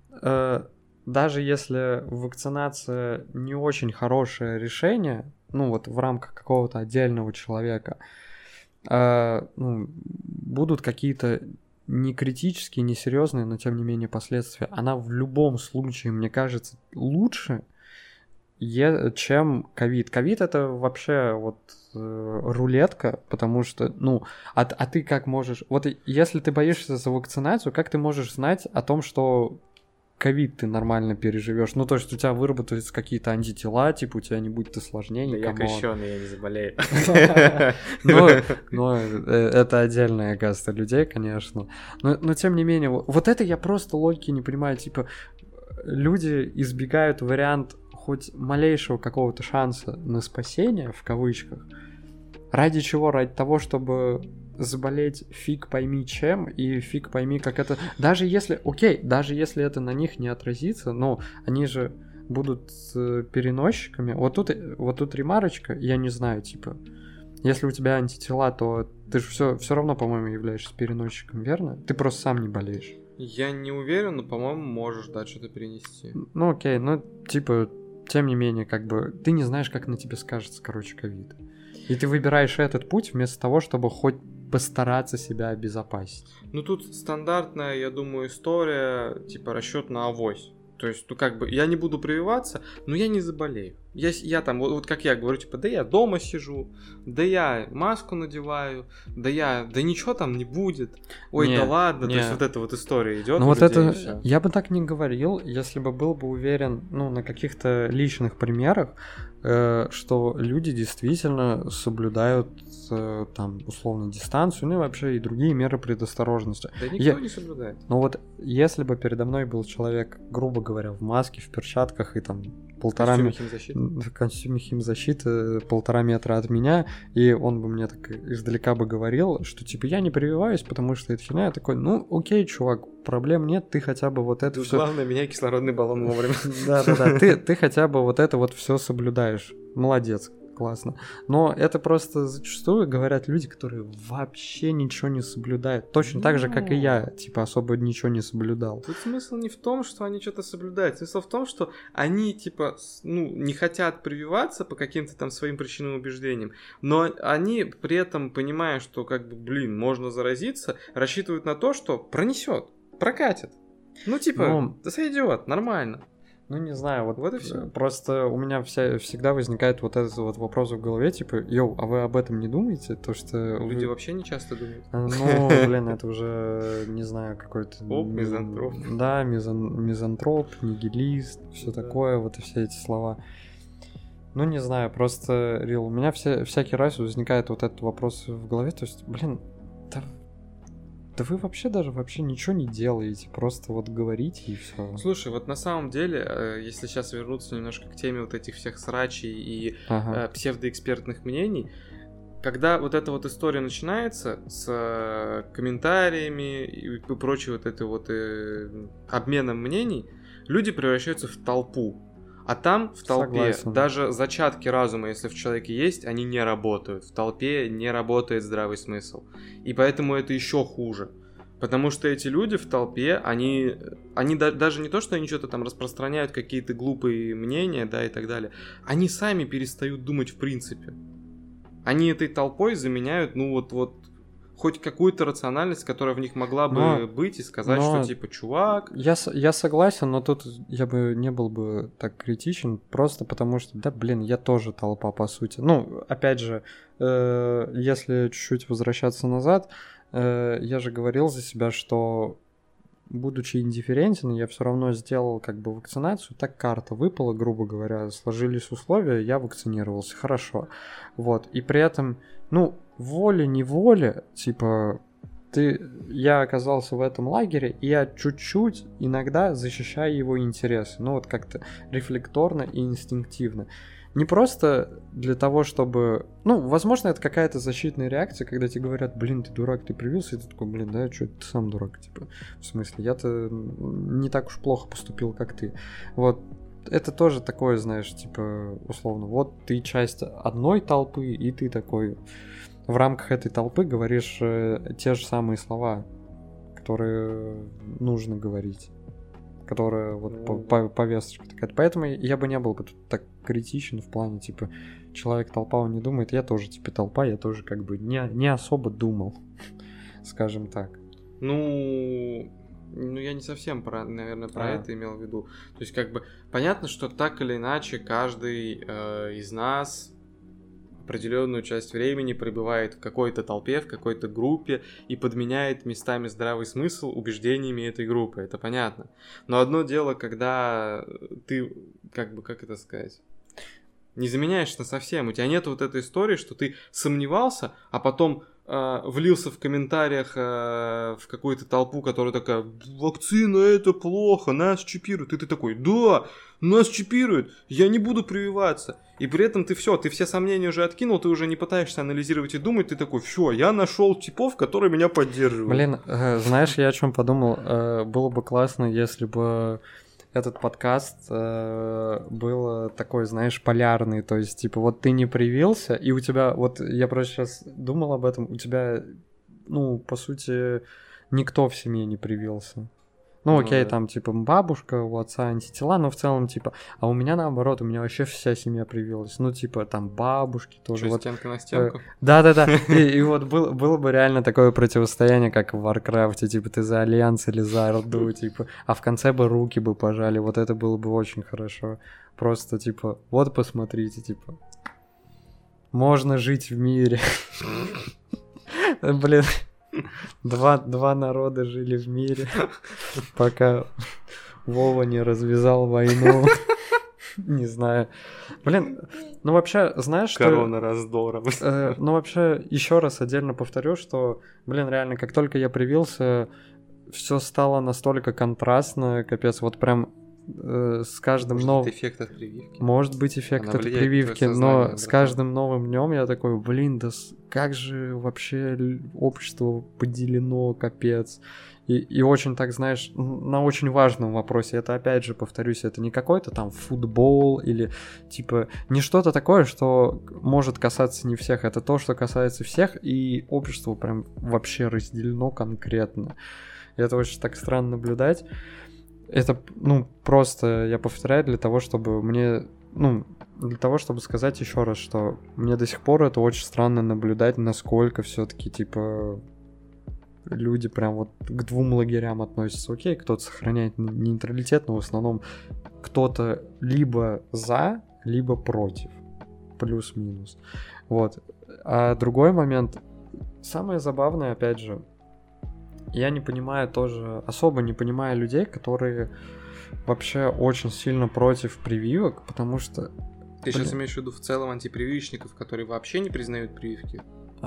даже если вакцинация не очень хорошее решение, ну вот в рамках какого-то отдельного человека, ну, будут какие-то не критические, не серьезные, но тем не менее последствия, она в любом случае, мне кажется, лучше, чем ковид. Ковид это вообще вот рулетка, потому что, ну, а ты как можешь... Вот если ты боишься за вакцинацию, как ты можешь знать о том, что ковид ты нормально переживешь. Ну, то есть у тебя выработаются какие-то антитела, типа у тебя не будет осложнений. Да я крещеный, я не заболею. Ну, это отдельная каста людей, конечно. Но тем не менее, вот это я просто логики не понимаю. Типа, люди избегают вариант хоть малейшего какого-то шанса на спасение, в кавычках. Ради чего? Ради того, чтобы заболеть фиг пойми чем, и фиг пойми как это... Даже если это на них не отразится, но они же будут переносчиками. Вот тут ремарочка, я не знаю, типа, если у тебя антитела, то ты же все равно, по-моему, являешься переносчиком, верно? Ты просто сам не болеешь. Я не уверен, но, по-моему, можешь, да, что-то перенести. Ну окей, ну типа, тем не менее, как бы, ты не знаешь, как на тебе скажется, короче, ковид. И ты выбираешь этот путь вместо того, чтобы хоть постараться себя обезопасить. Ну, тут стандартная, я думаю, история, типа, расчет на авось. То есть, ну, как бы, я не буду прививаться, но я не заболею. Я там, вот как я говорю, типа, да я дома сижу, да я маску надеваю, да ничего там не будет. Ой, да ладно, то есть, вот эта вот история идет. Ну, вот это, я бы так не говорил, если бы был бы уверен, ну, на каких-то личных примерах, что люди действительно соблюдают там условно дистанцию, ну и вообще и другие меры предосторожности. Да никто не соблюдает. Ну вот если бы передо мной был человек, грубо говоря, в маске, в перчатках и там в костюме химзащиты 1,5 метра от меня, и он бы мне так издалека бы говорил, что типа я не прививаюсь, потому что это херня. Я такой, ну окей, чувак, проблем нет, ты хотя бы вот это все. Главное, меняй кислородный баллон вовремя. Да, ты хотя бы вот это вот все соблюдаешь. Молодец, классно. Но это просто зачастую говорят люди, которые вообще ничего не соблюдают. Точно так же, как и я, типа, особо ничего не соблюдал. Тут смысл не в том, что они что-то соблюдают. Смысл в том, что они, типа, ну, не хотят прививаться по каким-то там своим причинам и убеждениям, но они при этом, понимая, что, как бы, блин, можно заразиться, рассчитывают на то, что пронесет, прокатит. Ну, типа, да сойдет, нормально. Ну, не знаю, вот и все. Просто у меня всегда возникает вот этот вот вопрос в голове, типа, йоу, а вы об этом не думаете? То, что... Люди вообще не часто думают. Ну, блин, это уже, не знаю, какой-то... Мизантроп. Да, мизантроп, нигилист, все такое, вот и все эти слова. Ну, не знаю, просто, Рил, у меня всякий раз возникает вот этот вопрос в голове, то есть, блин, да вы вообще ничего не делаете, просто вот говорите и все. Слушай, вот на самом деле, если сейчас вернуться немножко к теме вот этих всех срачей и псевдоэкспертных мнений, когда вот эта вот история начинается с комментариями и прочей вот этой вот обменом мнений, люди превращаются в толпу. А там, в толпе, Согласен. даже зачатки разума, если в человеке есть, они не работают. В толпе не работает здравый смысл. И поэтому это еще хуже. Потому что эти люди в толпе, они даже не то, что они что-то там распространяют, какие-то глупые мнения, да, и так далее. Они сами перестают думать в принципе. Они этой толпой заменяют, ну вот хоть какую-то рациональность, которая в них могла бы быть, и сказать, что типа, чувак... Я согласен, но тут я бы не был бы так критичен, просто потому что, да, блин, я тоже толпа, по сути. Ну, опять же, если чуть-чуть возвращаться назад, я же говорил за себя, что, будучи индифферентен, я все равно сделал как бы вакцинацию, так карта выпала, грубо говоря, сложились условия, я вакцинировался, хорошо. Вот, и при этом, ну, волей-неволей, типа, я оказался в этом лагере, и я чуть-чуть иногда защищаю его интересы, ну, вот как-то рефлекторно и инстинктивно. Не просто для того, чтобы... Ну, возможно, это какая-то защитная реакция, когда тебе говорят, блин, ты дурак, ты привился, и ты такой, блин, да, что ты сам дурак, типа, в смысле, я-то не так уж плохо поступил, как ты. Вот, это тоже такое, знаешь, типа, условно, вот ты часть одной толпы, и ты такой в рамках этой толпы говоришь те же самые слова, которые нужно говорить, которые вот повесточка такая. Поэтому я бы не был бы тут так критичен в плане, типа, человек-толпа, он не думает, я тоже, типа, толпа, я тоже как бы не особо думал, скажем так. Ну, я не совсем, наверное, про это имел в виду. То есть, как бы, понятно, что так или иначе каждый из нас определенную часть времени пребывает в какой-то толпе, в какой-то группе и подменяет местами здравый смысл убеждениями этой группы, это понятно. Но одно дело, когда ты, как это сказать, не заменяешься совсем, у тебя нет вот этой истории, что ты сомневался, а потом влился в комментариях в какую-то толпу, которая такая: вакцина это плохо, нас чипируют. И ты такой: да, нас чипируют, я не буду прививаться. И при этом ты все сомнения уже откинул, ты уже не пытаешься анализировать и думать, ты такой: все, я нашел типов, которые меня поддерживают. Блин, знаешь, я о чем подумал? Было бы классно, если бы этот подкаст был такой, знаешь, полярный, то есть, типа, вот ты не привился, и у тебя, вот я просто сейчас думал об этом, у тебя, ну, по сути, никто в семье не привился. Ну, окей, да. там, типа, бабушка, у отца антитела, но в целом, типа, а у меня наоборот, у меня вообще вся семья привилась. Ну, типа, там, бабушки тоже. Что, вот, стенка на стенку? Да-да-да. И вот было бы реально такое противостояние, как в Варкрафте, типа, ты за Альянс или за Орду, типа, а в конце бы руки бы пожали, вот это было бы очень хорошо. Просто, типа, вот посмотрите, типа, можно жить в мире. Блин. Два народа жили в мире, пока Вова не развязал войну. Не знаю. Блин, ну вообще, знаешь, что... Корона раздора. Ну вообще, еще раз отдельно повторю, что, блин, реально, как только я привился, все стало настолько контрастно, капец, вот прям с каждым новым... Может быть, эффект от прививки? Может быть, эффект от прививки, но с каждым новым днем я такой: блин, да как же вообще общество поделено, капец. И очень так, знаешь, на очень важном вопросе. Это, опять же, повторюсь, это не какой-то там футбол или, типа, не что-то такое, что может касаться не всех. Это то, что касается всех, и общество прям вообще разделено конкретно. И это очень так странно наблюдать. Это, ну, просто, я повторяю, для того, чтобы мне, ну, для того, чтобы сказать еще раз, что мне до сих пор это очень странно наблюдать, насколько все-таки, типа, люди прям вот к двум лагерям относятся. Окей, кто-то сохраняет нейтралитет, но в основном кто-то либо за, либо против. Плюс-минус. Вот. А другой момент, самое забавное, опять же, я не понимаю тоже, особо не понимаю людей, которые вообще очень сильно против прививок, потому что... Ты сейчас имеешь в виду в целом антипрививочников, которые вообще не признают прививки?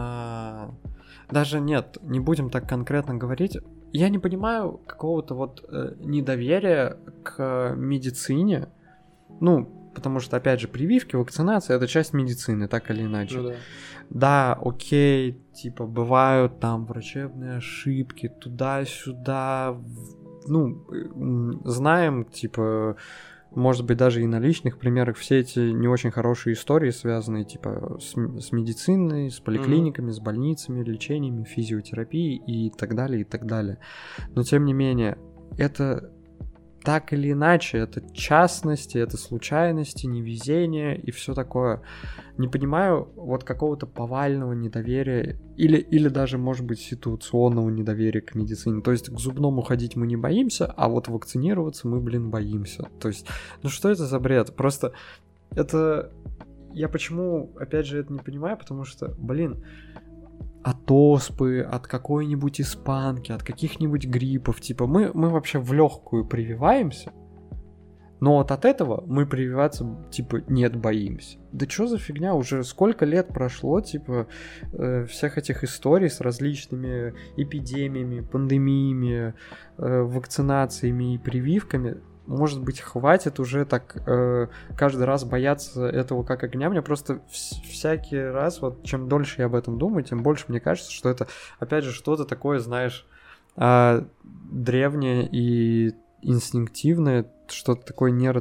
Даже нет, не будем так конкретно говорить. Я не понимаю какого-то вот недоверия к медицине. Ну, потому что, опять же, прививки, вакцинация — это часть медицины, так или иначе. Ну да. Да, окей, типа, бывают там врачебные ошибки, туда-сюда. Ну, знаем, типа, может быть, даже и на личных примерах все эти не очень хорошие истории, связанные, типа, с медициной, с поликлиниками, с больницами, лечениями, физиотерапией и так далее, и так далее. Но, тем не менее, это... Так или иначе, это частности, это случайности, невезение и все такое. Не понимаю вот какого-то повального недоверия или даже, может быть, ситуационного недоверия к медицине. То есть к зубному ходить мы не боимся, а вот вакцинироваться мы, блин, боимся. То есть, ну что это за бред? Просто это... Я почему, опять же, это не понимаю, потому что, блин... От оспы, от какой-нибудь испанки, от каких-нибудь гриппов. Типа, мы вообще в легкую прививаемся, но вот от этого мы прививаться, типа, нет, боимся. Да что за фигня? Уже сколько лет прошло, типа, всех этих историй с различными эпидемиями, пандемиями, вакцинациями и прививками. Может быть, хватит уже так каждый раз бояться этого как огня. Мне просто всякий раз, вот чем дольше я об этом думаю, тем больше мне кажется, что это, опять же, что-то такое, знаешь, древнее и инстинктивное, что-то такое ну,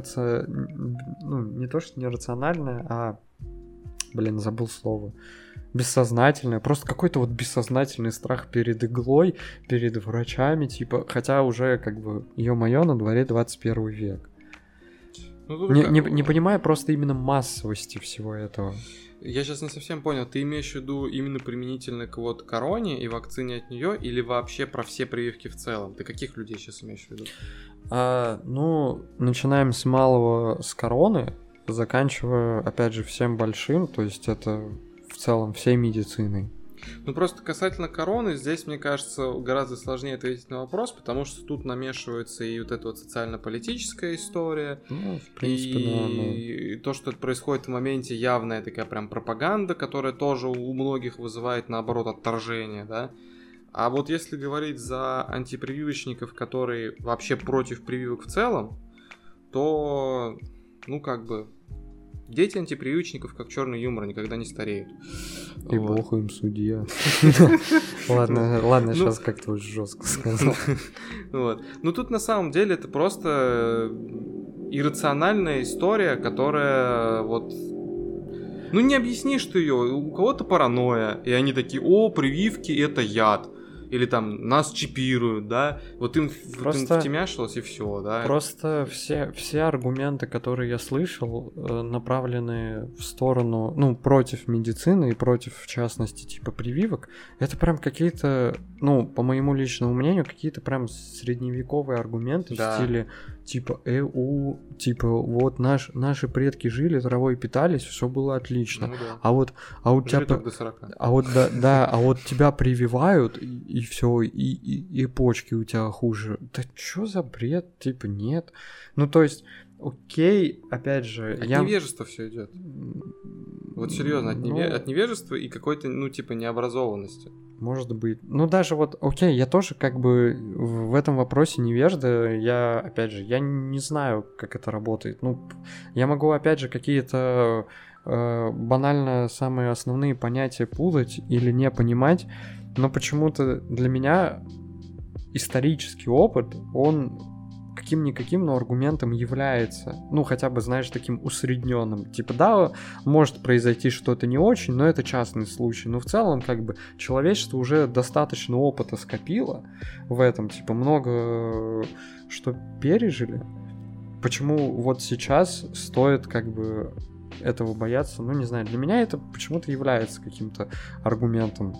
не то, что нерациональное, а, блин, забыл слово. Бессознательное, просто какой-то вот бессознательный страх перед иглой, перед врачами, типа, хотя уже, как бы, ё-моё, на дворе 21 век. Ну, не понимаю просто именно массовости всего этого. Я сейчас не совсем понял, ты имеешь в виду именно применительно к вот короне и вакцине от нее, или вообще про все прививки в целом? Ты каких людей сейчас имеешь в виду? Ну, начинаем с малого, с короны, заканчивая, опять же, всем большим, то есть это... целом всей медициной. Ну, просто касательно короны, здесь, мне кажется, гораздо сложнее ответить на вопрос, потому что тут намешивается и вот эта вот социально-политическая история, Ну, в принципе, и то, что это происходит в моменте, явная такая прям пропаганда, которая тоже у многих вызывает, наоборот, отторжение, да. А вот если говорить за антипрививочников, которые вообще против прививок в целом, то, ну, как бы, дети антипрививочников, как черный юмор, никогда не стареют. И Вот. бог им судья. Ладно, сейчас как-то очень жестко сказал. Вот. Ну тут на самом деле это просто иррациональная история, которая вот... Ну не объяснишь ты ее, у кого-то паранойя, и они такие: о, прививки это яд. Или там нас чипируют, да, вот им втемяшилось и все, да. Просто все аргументы, которые я слышал, направлены в сторону, ну, против медицины и против, в частности, типа прививок, это прям какие-то, ну, по моему личному мнению, какие-то прям средневековые аргументы в стиле типа типа вот наши предки жили, травой питались, все было отлично. Ну, да. А вот Жили тебя... только до 40. А вот а вот тебя прививают, и все, и почки у тебя хуже. Да чё за бред? Типа, нет. Ну, то есть, окей, опять же... От невежества все идет. Вот серьезно, от невежества и какой-то, ну, типа, необразованности. Может быть. Ну, даже вот, окей, я тоже как бы в этом вопросе невежда. Я, опять же, я не знаю, как это работает. Ну, я могу, опять же, какие-то банально самые основные понятия путать или не понимать, но почему-то для меня исторический опыт, он каким-никаким, но аргументом является, ну, хотя бы, знаешь, таким усредненным. Типа, да, может произойти что-то не очень, но это частный случай. Но в целом, как бы, человечество уже достаточно опыта скопило в этом, типа, много что пережили. Почему вот сейчас стоит, как бы, этого бояться? Ну, не знаю, для меня это почему-то является каким-то аргументом.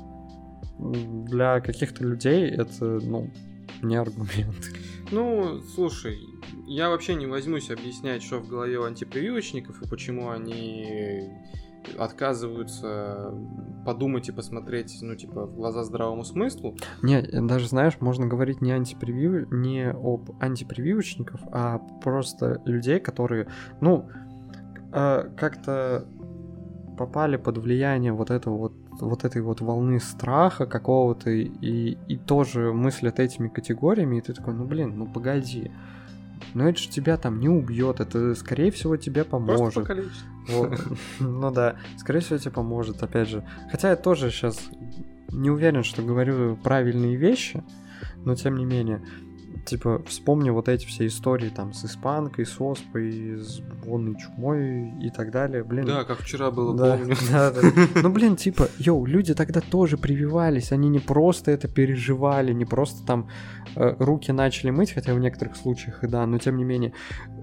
Для каких-то людей это, ну, не аргумент. Ну, слушай, я вообще не возьмусь объяснять, что в голове у антипрививочников и почему они отказываются подумать и посмотреть, ну, типа, в глаза здравому смыслу. Не, даже, знаешь, можно говорить не об антипрививочников, а просто людей, которые, ну, как-то попали под влияние вот этой вот волны страха какого-то и тоже мыслят этими категориями, и ты такой, ну блин, ну погоди, но это же тебя там не убьет, это скорее всего тебе поможет. Просто покалечит. Вот. Ну да, скорее всего тебе поможет, опять же. Хотя я тоже сейчас не уверен, что говорю правильные вещи, но тем не менее. Типа, вспомни вот эти все истории там с испанкой, с оспой, с бубонной чумой и так далее, блин. Да, как вчера было, да, помню. Да. Ну, блин, типа, люди тогда тоже прививались, они не просто это переживали, не просто там руки начали мыть, хотя в некоторых случаях и да, но тем не менее,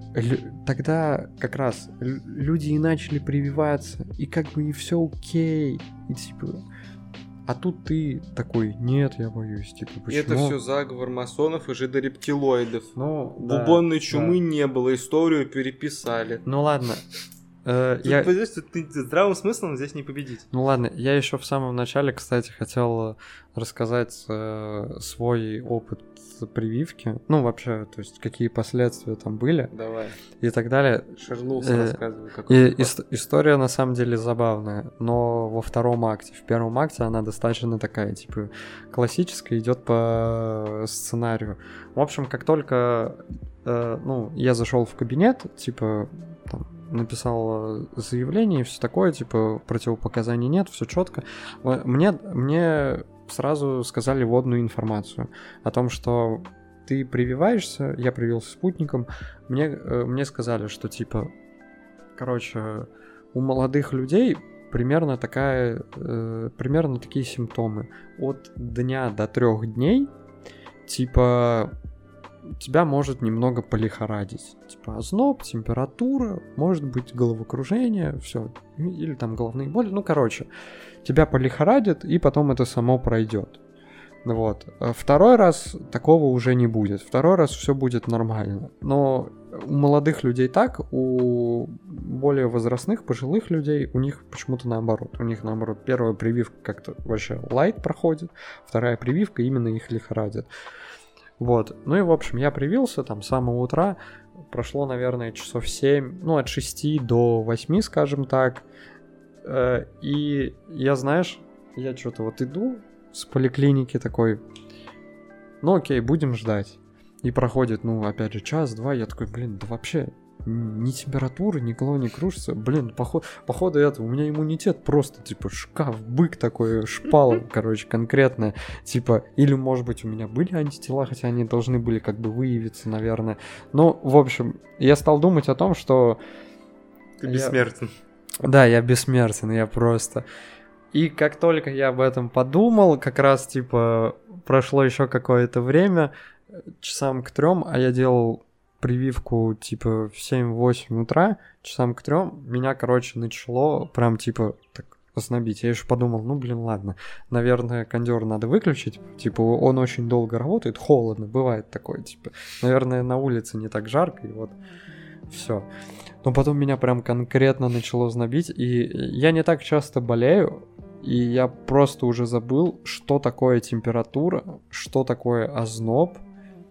тогда как раз люди и начали прививаться, и как бы и все окей, и типа... А тут ты такой, нет, я боюсь, типа, почему? Это все заговор масонов и жидорептилоидов. Ну, бубонной чумы не было, историю переписали. Ну ладно. Здравым смыслом здесь не победить. Ну ладно, я еще в самом начале, кстати, хотел рассказать свой опыт прививки. Ну, вообще, то есть, какие последствия там были. Давай. И так далее. Шернулся, рассказывай. История на самом деле забавная, но во втором акте. В первом акте она достаточно такая, типа, классическая, идет по сценарию. В общем, как только я зашел в кабинет, типа, там, написал заявление и все такое, типа, противопоказаний нет, все четко. Мне сразу сказали вводную информацию о том, что ты прививаешься, я привился спутником, мне сказали, что, типа, короче, у молодых людей примерно такие симптомы. От дня до 3 дней, типа, тебя может немного полихорадить. Типа озноб, температура, может быть головокружение, все. Или там головные боли. Ну, короче, тебя полихорадит, и потом это само пройдет. Вот. Второй раз такого уже не будет. Второй раз все будет нормально. Но у молодых людей так, у более возрастных, пожилых людей, у них почему-то наоборот. У них наоборот первая прививка как-то вообще лайт проходит, вторая прививка именно их лихорадит. Вот. Ну и, в общем, я привился там с самого утра. Прошло, наверное, часов 7, ну, от 6 до 8, скажем так. И я, знаешь, я что-то вот иду с поликлиники такой, ну окей, будем ждать. И проходит, ну, опять же, час-два, я такой, блин, да вообще ни температуры, ни голова не кружится. Блин, походу это, у меня иммунитет просто, типа, шкаф, бык такой, шпала, короче, конкретно. Типа, или, может быть, у меня были антитела, хотя они должны были как бы выявиться, наверное. Ну, в общем, я стал думать о том, что... Ты бессмертен. Да, я бессмертен, я просто... И как только я об этом подумал, как раз, типа, прошло еще какое-то время, часам к 3, а я делал прививку, типа, в 7-8 утра, часам к 3, меня, короче, начало прям, типа, так ознобить. Я еще подумал, ну, блин, ладно, наверное, кондёр надо выключить, типа, он очень долго работает, холодно, бывает такое, типа, наверное, на улице не так жарко, и вот все. Но потом меня прям конкретно начало знобить, и я не так часто болею, и я просто уже забыл, что такое температура, что такое озноб,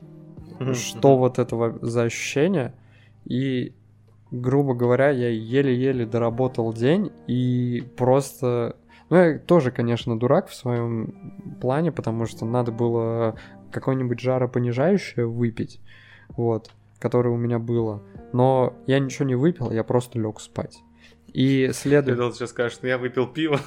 что вот это за ощущение. И, грубо говоря, я еле-еле доработал день, и просто... Ну, я тоже, конечно, дурак в своем плане, потому что надо было какое-нибудь жаропонижающее выпить, вот, которое у меня было. Но я ничего не выпил, я просто лег спать. И следует... Я думал, сейчас скажешь, что я выпил пиво.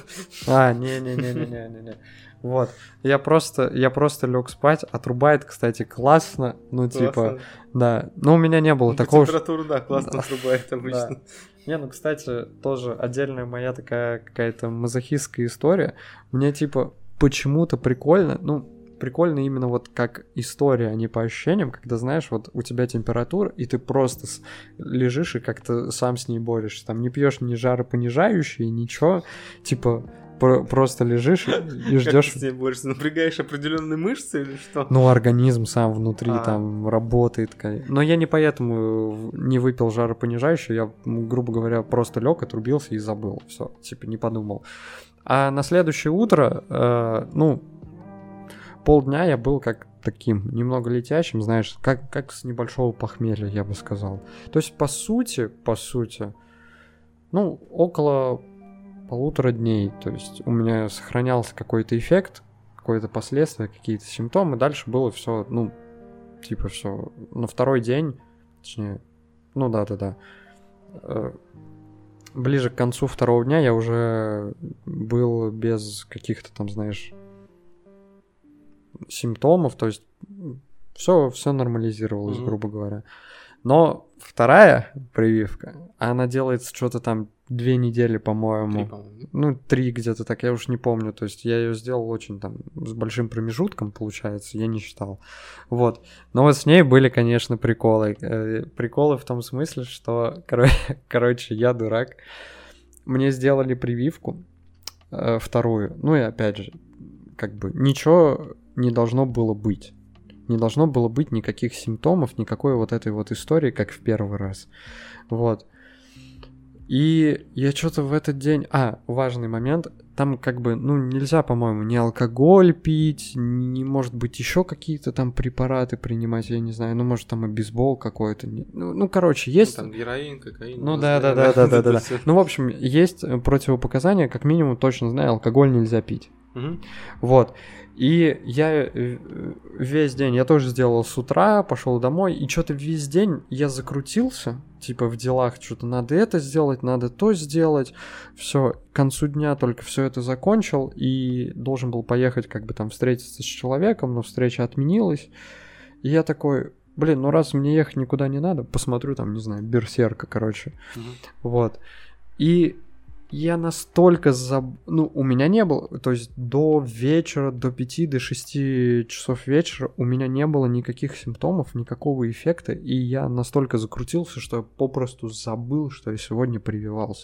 Не. Вот. Я просто лег спать. Отрубает, кстати, классно. Ну, классно. Типа, да. Но у меня не было такого... Температуру, да, классно отрубает обычно. Да. Не, ну, кстати, тоже отдельная моя такая какая-то мазохистская история. Мне, типа, почему-то прикольно, ну, прикольно именно вот как история, а не по ощущениям, когда, знаешь, вот у тебя температура, и ты просто лежишь и как-то сам с ней борешься. Там не пьешь ни жаропонижающие, ничего, типа просто лежишь и ждешь. Как ты с ней борешься? Напрягаешь определенные мышцы или что? Ну, организм сам внутри там работает. Но я не поэтому не выпил жаропонижающее, я, грубо говоря, просто лег, отрубился и забыл. Все, типа не подумал. А на следующее утро, полдня я был как таким, немного летящим, знаешь, как с небольшого похмелья, я бы сказал. То есть, по сути, около 1,5 дней. То есть, у меня сохранялся какой-то эффект, какое-то последствие, какие-то симптомы. Дальше было все, все. На второй день, точнее, да. Ближе к концу второго дня я уже был без каких-то там, знаешь, симптомов, то есть все нормализировалось, грубо говоря. Но вторая прививка, она делается что-то там 2 недели, по-моему. 3, по-моему. 3 где-то так, я уж не помню. То есть я ее сделал очень там с большим промежутком, получается, я не считал. Вот. Но вот с ней были, конечно, приколы. Приколы в том смысле, что, короче, я дурак. Мне сделали прививку вторую. Ну и опять же, как бы ничего не должно было быть. Не должно было быть никаких симптомов, никакой вот этой вот истории, как в первый раз. Вот. И я что-то в этот день... важный момент. Там как бы, нельзя, по-моему, ни алкоголь пить, ни, может быть, еще какие-то там препараты принимать, я не знаю. Может, там и бейсбол какой-то. Короче, есть... там героин, кокаин. Да. В общем, есть противопоказания, как минимум, точно знаю, алкоголь нельзя пить. Вот. И я весь день, я тоже сделал с утра, пошел домой, и что-то весь день я закрутился, типа в делах, что-то надо это сделать, надо то сделать. Все, к концу дня только все это закончил, и должен был поехать как бы там встретиться с человеком, но встреча отменилась. И я такой, раз мне ехать никуда не надо, посмотрю там, не знаю, Берсерка, короче. Вот. И я настолько у меня не было, то есть до вечера, до 5, до 6 часов вечера у меня не было никаких симптомов, никакого эффекта, и я настолько закрутился, что я попросту забыл, что я сегодня прививался.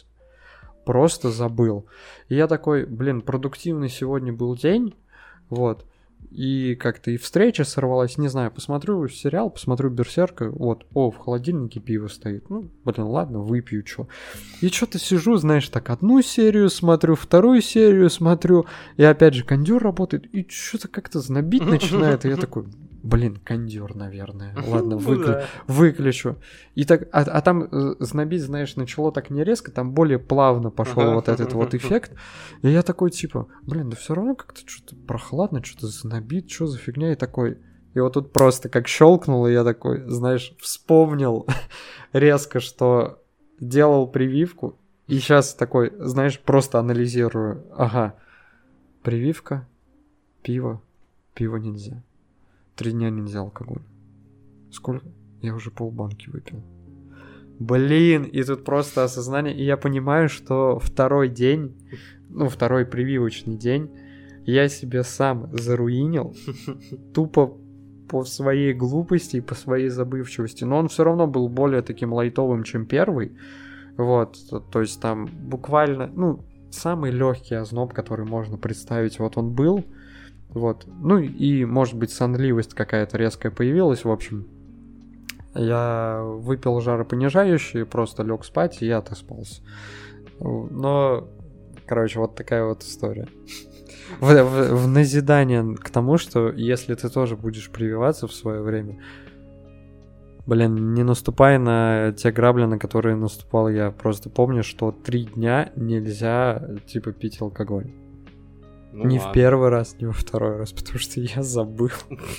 Просто забыл. И я такой, продуктивный сегодня был день, вот. и как-то и встреча сорвалась, не знаю, посмотрю сериал, посмотрю «Берсерка», вот, в холодильнике пиво стоит, ну, блин, ладно, выпью, чё. И что-то сижу, знаешь, так, одну серию смотрю, вторую серию смотрю, и опять же кондёр работает, и что-то как-то знобить начинает, и я такой, блин, кондёр, наверное, ладно, выключу. И так, а там знобить, знаешь, начало так не резко, там более плавно пошел вот этот вот эффект, и я такой, типа, блин, да все равно как-то что-то прохладно, что-то знобит, что за фигня, и такой... И вот тут просто как щелкнуло, и я такой, знаешь, вспомнил резко, что делал прививку, и сейчас такой, знаешь, просто анализирую. Ага, прививка, пиво нельзя. 3 дня нельзя алкоголь. Сколько? Я уже полбанки выпил. Блин, и тут просто осознание, и я понимаю, что второй прививочный день я себе сам заруинил, тупо по своей глупости и по своей забывчивости. Но он все равно был более таким лайтовым, чем первый. Вот, то есть там буквально, самый легкий озноб, который можно представить, вот он был. Вот, и, может быть, сонливость какая-то резкая появилась, в общем. Я выпил жаропонижающие, просто лег спать, и я отоспался. Но, короче, вот такая вот история. В назидание к тому, что если ты тоже будешь прививаться в свое время, блин, не наступай на те грабли, на которые наступал я. Просто помню, что 3 дня нельзя, типа, пить алкоголь. Не ладно. В первый раз, не во второй раз, потому что я забыл.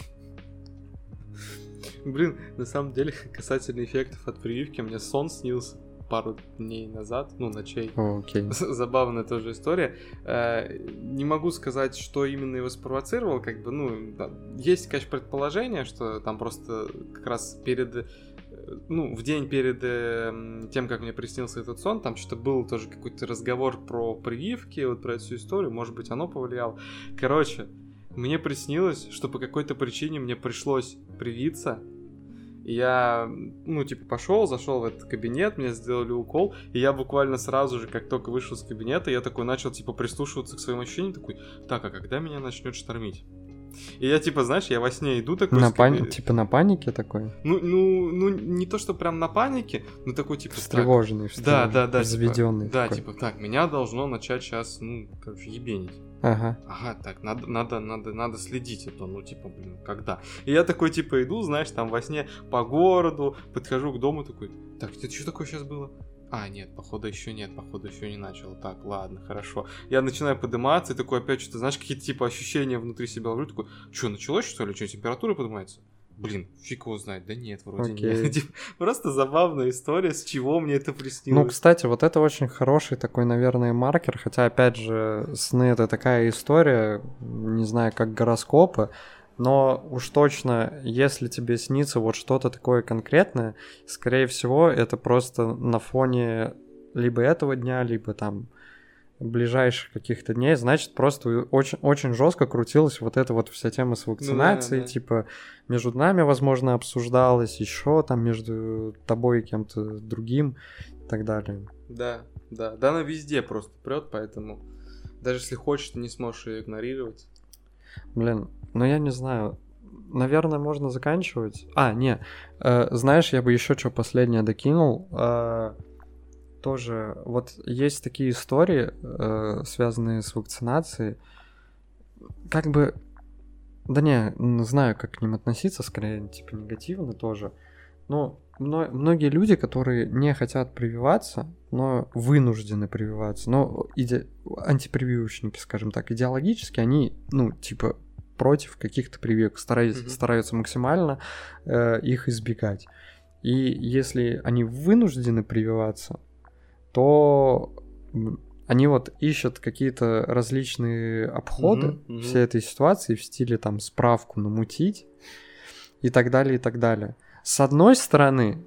Блин, на самом деле, касательно эффектов от прививки, мне сон снился пару дней назад, ночей. Окей. Забавная тоже история. Не могу сказать, что именно его спровоцировал, есть, конечно, предположение, что там просто как раз в день перед тем, как мне приснился этот сон, там что-то был тоже какой-то разговор про прививки, вот про эту всю историю, может быть, оно повлияло. Короче, мне приснилось, что по какой-то причине мне пришлось привиться. И я, зашел в этот кабинет, мне сделали укол, и я буквально сразу же, как только вышел из кабинета, я такой начал, прислушиваться к своим ощущениям, такой, так, а когда меня начнет штормить? И я, я во сне иду такой... на панике такой? Не то, что прям на панике, но такой, встревоженный, да, взведённый. Да, так, меня должно начать сейчас, ебенить. Ага, так, надо следить, это, когда? И я такой, иду, знаешь, там во сне по городу, подхожу к дому, такой, так, это что такое сейчас было? Нет, походу еще не начал. Так, ладно, хорошо. Я начинаю подниматься, и такой опять что-то, знаешь, какие-то ощущения внутри себя ловлю, такой, что, началось что ли? Что, температура поднимается? Блин, фиг его знает. Да нет, вроде нет. Просто забавная история, с чего мне это приснилось. Кстати, вот это очень хороший такой, наверное, маркер, хотя, опять же, сны — это такая история, не знаю, как гороскопы, но уж точно, если тебе снится вот что-то такое конкретное, скорее всего, это просто на фоне либо этого дня, либо там ближайших каких-то дней, значит, просто очень, очень жестко крутилась вот эта вот вся тема с вакцинацией, да. Между нами, возможно, обсуждалось, еще там между тобой и кем-то другим и так далее. Да, она везде просто прет, поэтому даже если хочешь, ты не сможешь ее игнорировать. Блин, я не знаю, наверное, можно заканчивать. Знаешь, я бы еще что последнее докинул. Тоже, вот есть такие истории, связанные с вакцинацией. Знаю, как к ним относиться, скорее, негативно тоже. Но многие люди, которые не хотят прививаться, но вынуждены прививаться, антипрививочники, скажем так, идеологически, они, против каких-то прививок, стараются максимально их избегать. И если они вынуждены прививаться, то они вот ищут какие-то различные обходы всей этой ситуации в стиле там справку намутить и так далее, и так далее. С одной стороны,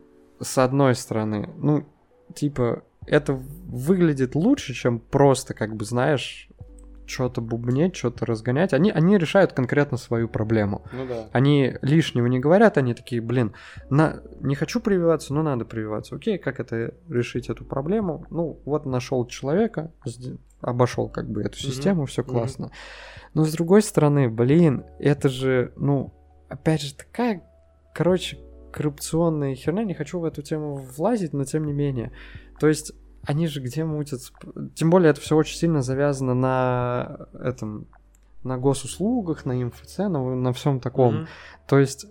это выглядит лучше, чем просто, знаешь, что-то бубнеть, что-то разгонять. Они решают конкретно свою проблему. Ну да. Они лишнего не говорят, они такие, блин, не хочу прививаться, но надо прививаться. Окей, как это решить эту проблему? Ну, вот нашел человека, обошел как бы эту систему, все классно. Но с другой стороны, блин, это же, ну, опять же, такая, короче, коррупционная херня. Не хочу в эту тему влазить, но тем не менее. То есть они же где мутятся? Тем более это все очень сильно завязано на этом, на госуслугах, на МФЦ, на всем таком. То есть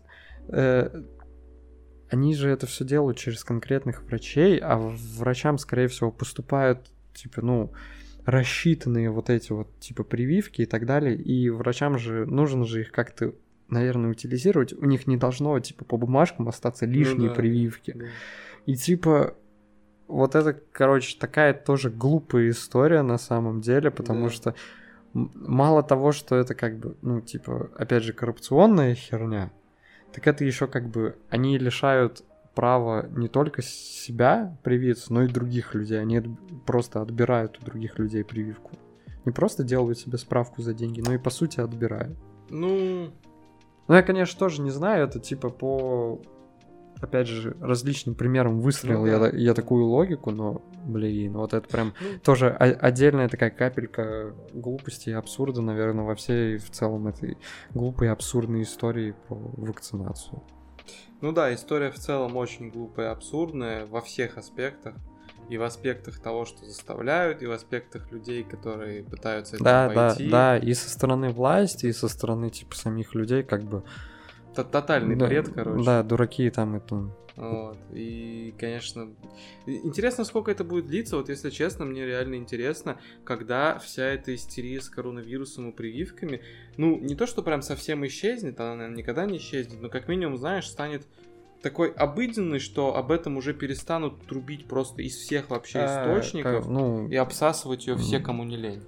они же это все делают через конкретных врачей, а врачам, скорее всего, поступают, типа, ну, рассчитанные вот эти вот, типа, прививки и так далее, и врачам же нужно же их как-то, наверное, утилизировать. У них не должно, типа, по бумажкам остаться лишние прививки. Да. И, типа, вот это, короче, такая тоже глупая история на самом деле, потому что мало того, что это как бы, ну, типа, опять же, коррупционная херня, так это еще как бы они лишают права не только себя привиться, но и других людей. Они просто отбирают у других людей прививку. Не просто делают себе справку за деньги, но и по сути отбирают. Ну, я, конечно, тоже не знаю, это типа по... Опять же, различным примерам выстроил я такую логику, но, блин, вот это прям тоже отдельная такая капелька глупости и абсурда, наверное, во всей в целом этой глупой и абсурдной истории про вакцинацию. Ну да, история в целом очень глупая и абсурдная во всех аспектах. И в аспектах того, что заставляют, и в аспектах людей, которые пытаются это обойти. Да, и со стороны власти, и со стороны, типа, самих людей, как бы... Тотальный бред, короче. Да, дураки там это... Вот, и, конечно, интересно, сколько это будет длиться, вот если честно, мне реально интересно, когда вся эта истерия с коронавирусом и прививками, ну, не то, что прям совсем исчезнет, она, наверное, никогда не исчезнет, но как минимум, знаешь, станет такой обыденной, что об этом уже перестанут трубить просто из всех вообще источников и обсасывать ее все, кому не лень.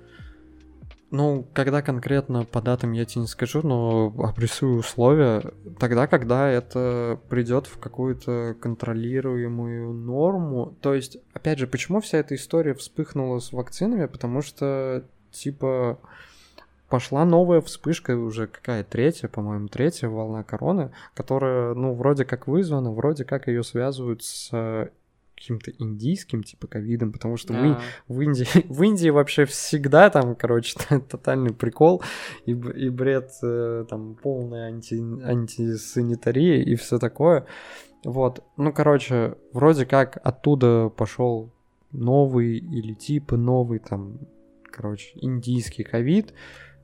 Ну, когда конкретно по датам я тебе не скажу, но обрисую условия. Тогда, когда это придет в какую-то контролируемую норму. То есть, опять же, почему вся эта история вспыхнула с вакцинами? Потому что, типа, пошла новая вспышка, уже какая третья волна короны, которая, ну, вроде как вызвана, вроде как ее связывают с каким-то индийским, типа, ковидом, потому что в Индии вообще всегда там, короче, тотальный прикол и бред, там, полная антисанитария и все такое. Вот, ну, короче, вроде как оттуда пошел новый или типа новый, там, короче, индийский ковид.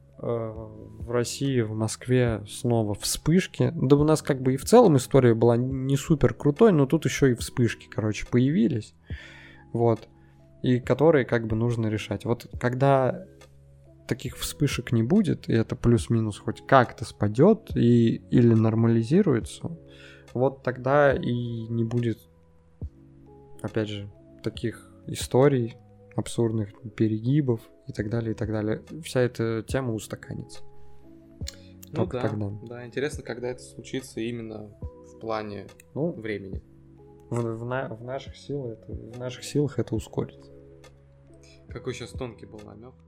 В России, в Москве снова вспышки. Да у нас как бы и в целом история была не супер крутой, но тут еще и вспышки, короче, появились. Вот. И которые как бы нужно решать. Вот когда таких вспышек не будет, и это плюс-минус хоть как-то спадет или нормализируется, вот тогда и не будет, опять же, таких историй, абсурдных перегибов и так далее, и так далее. Вся эта тема устаканится. Ну да, тогда. Да, интересно, когда это случится именно в плане времени. В наших силах это ускорить. Какой сейчас тонкий был намек.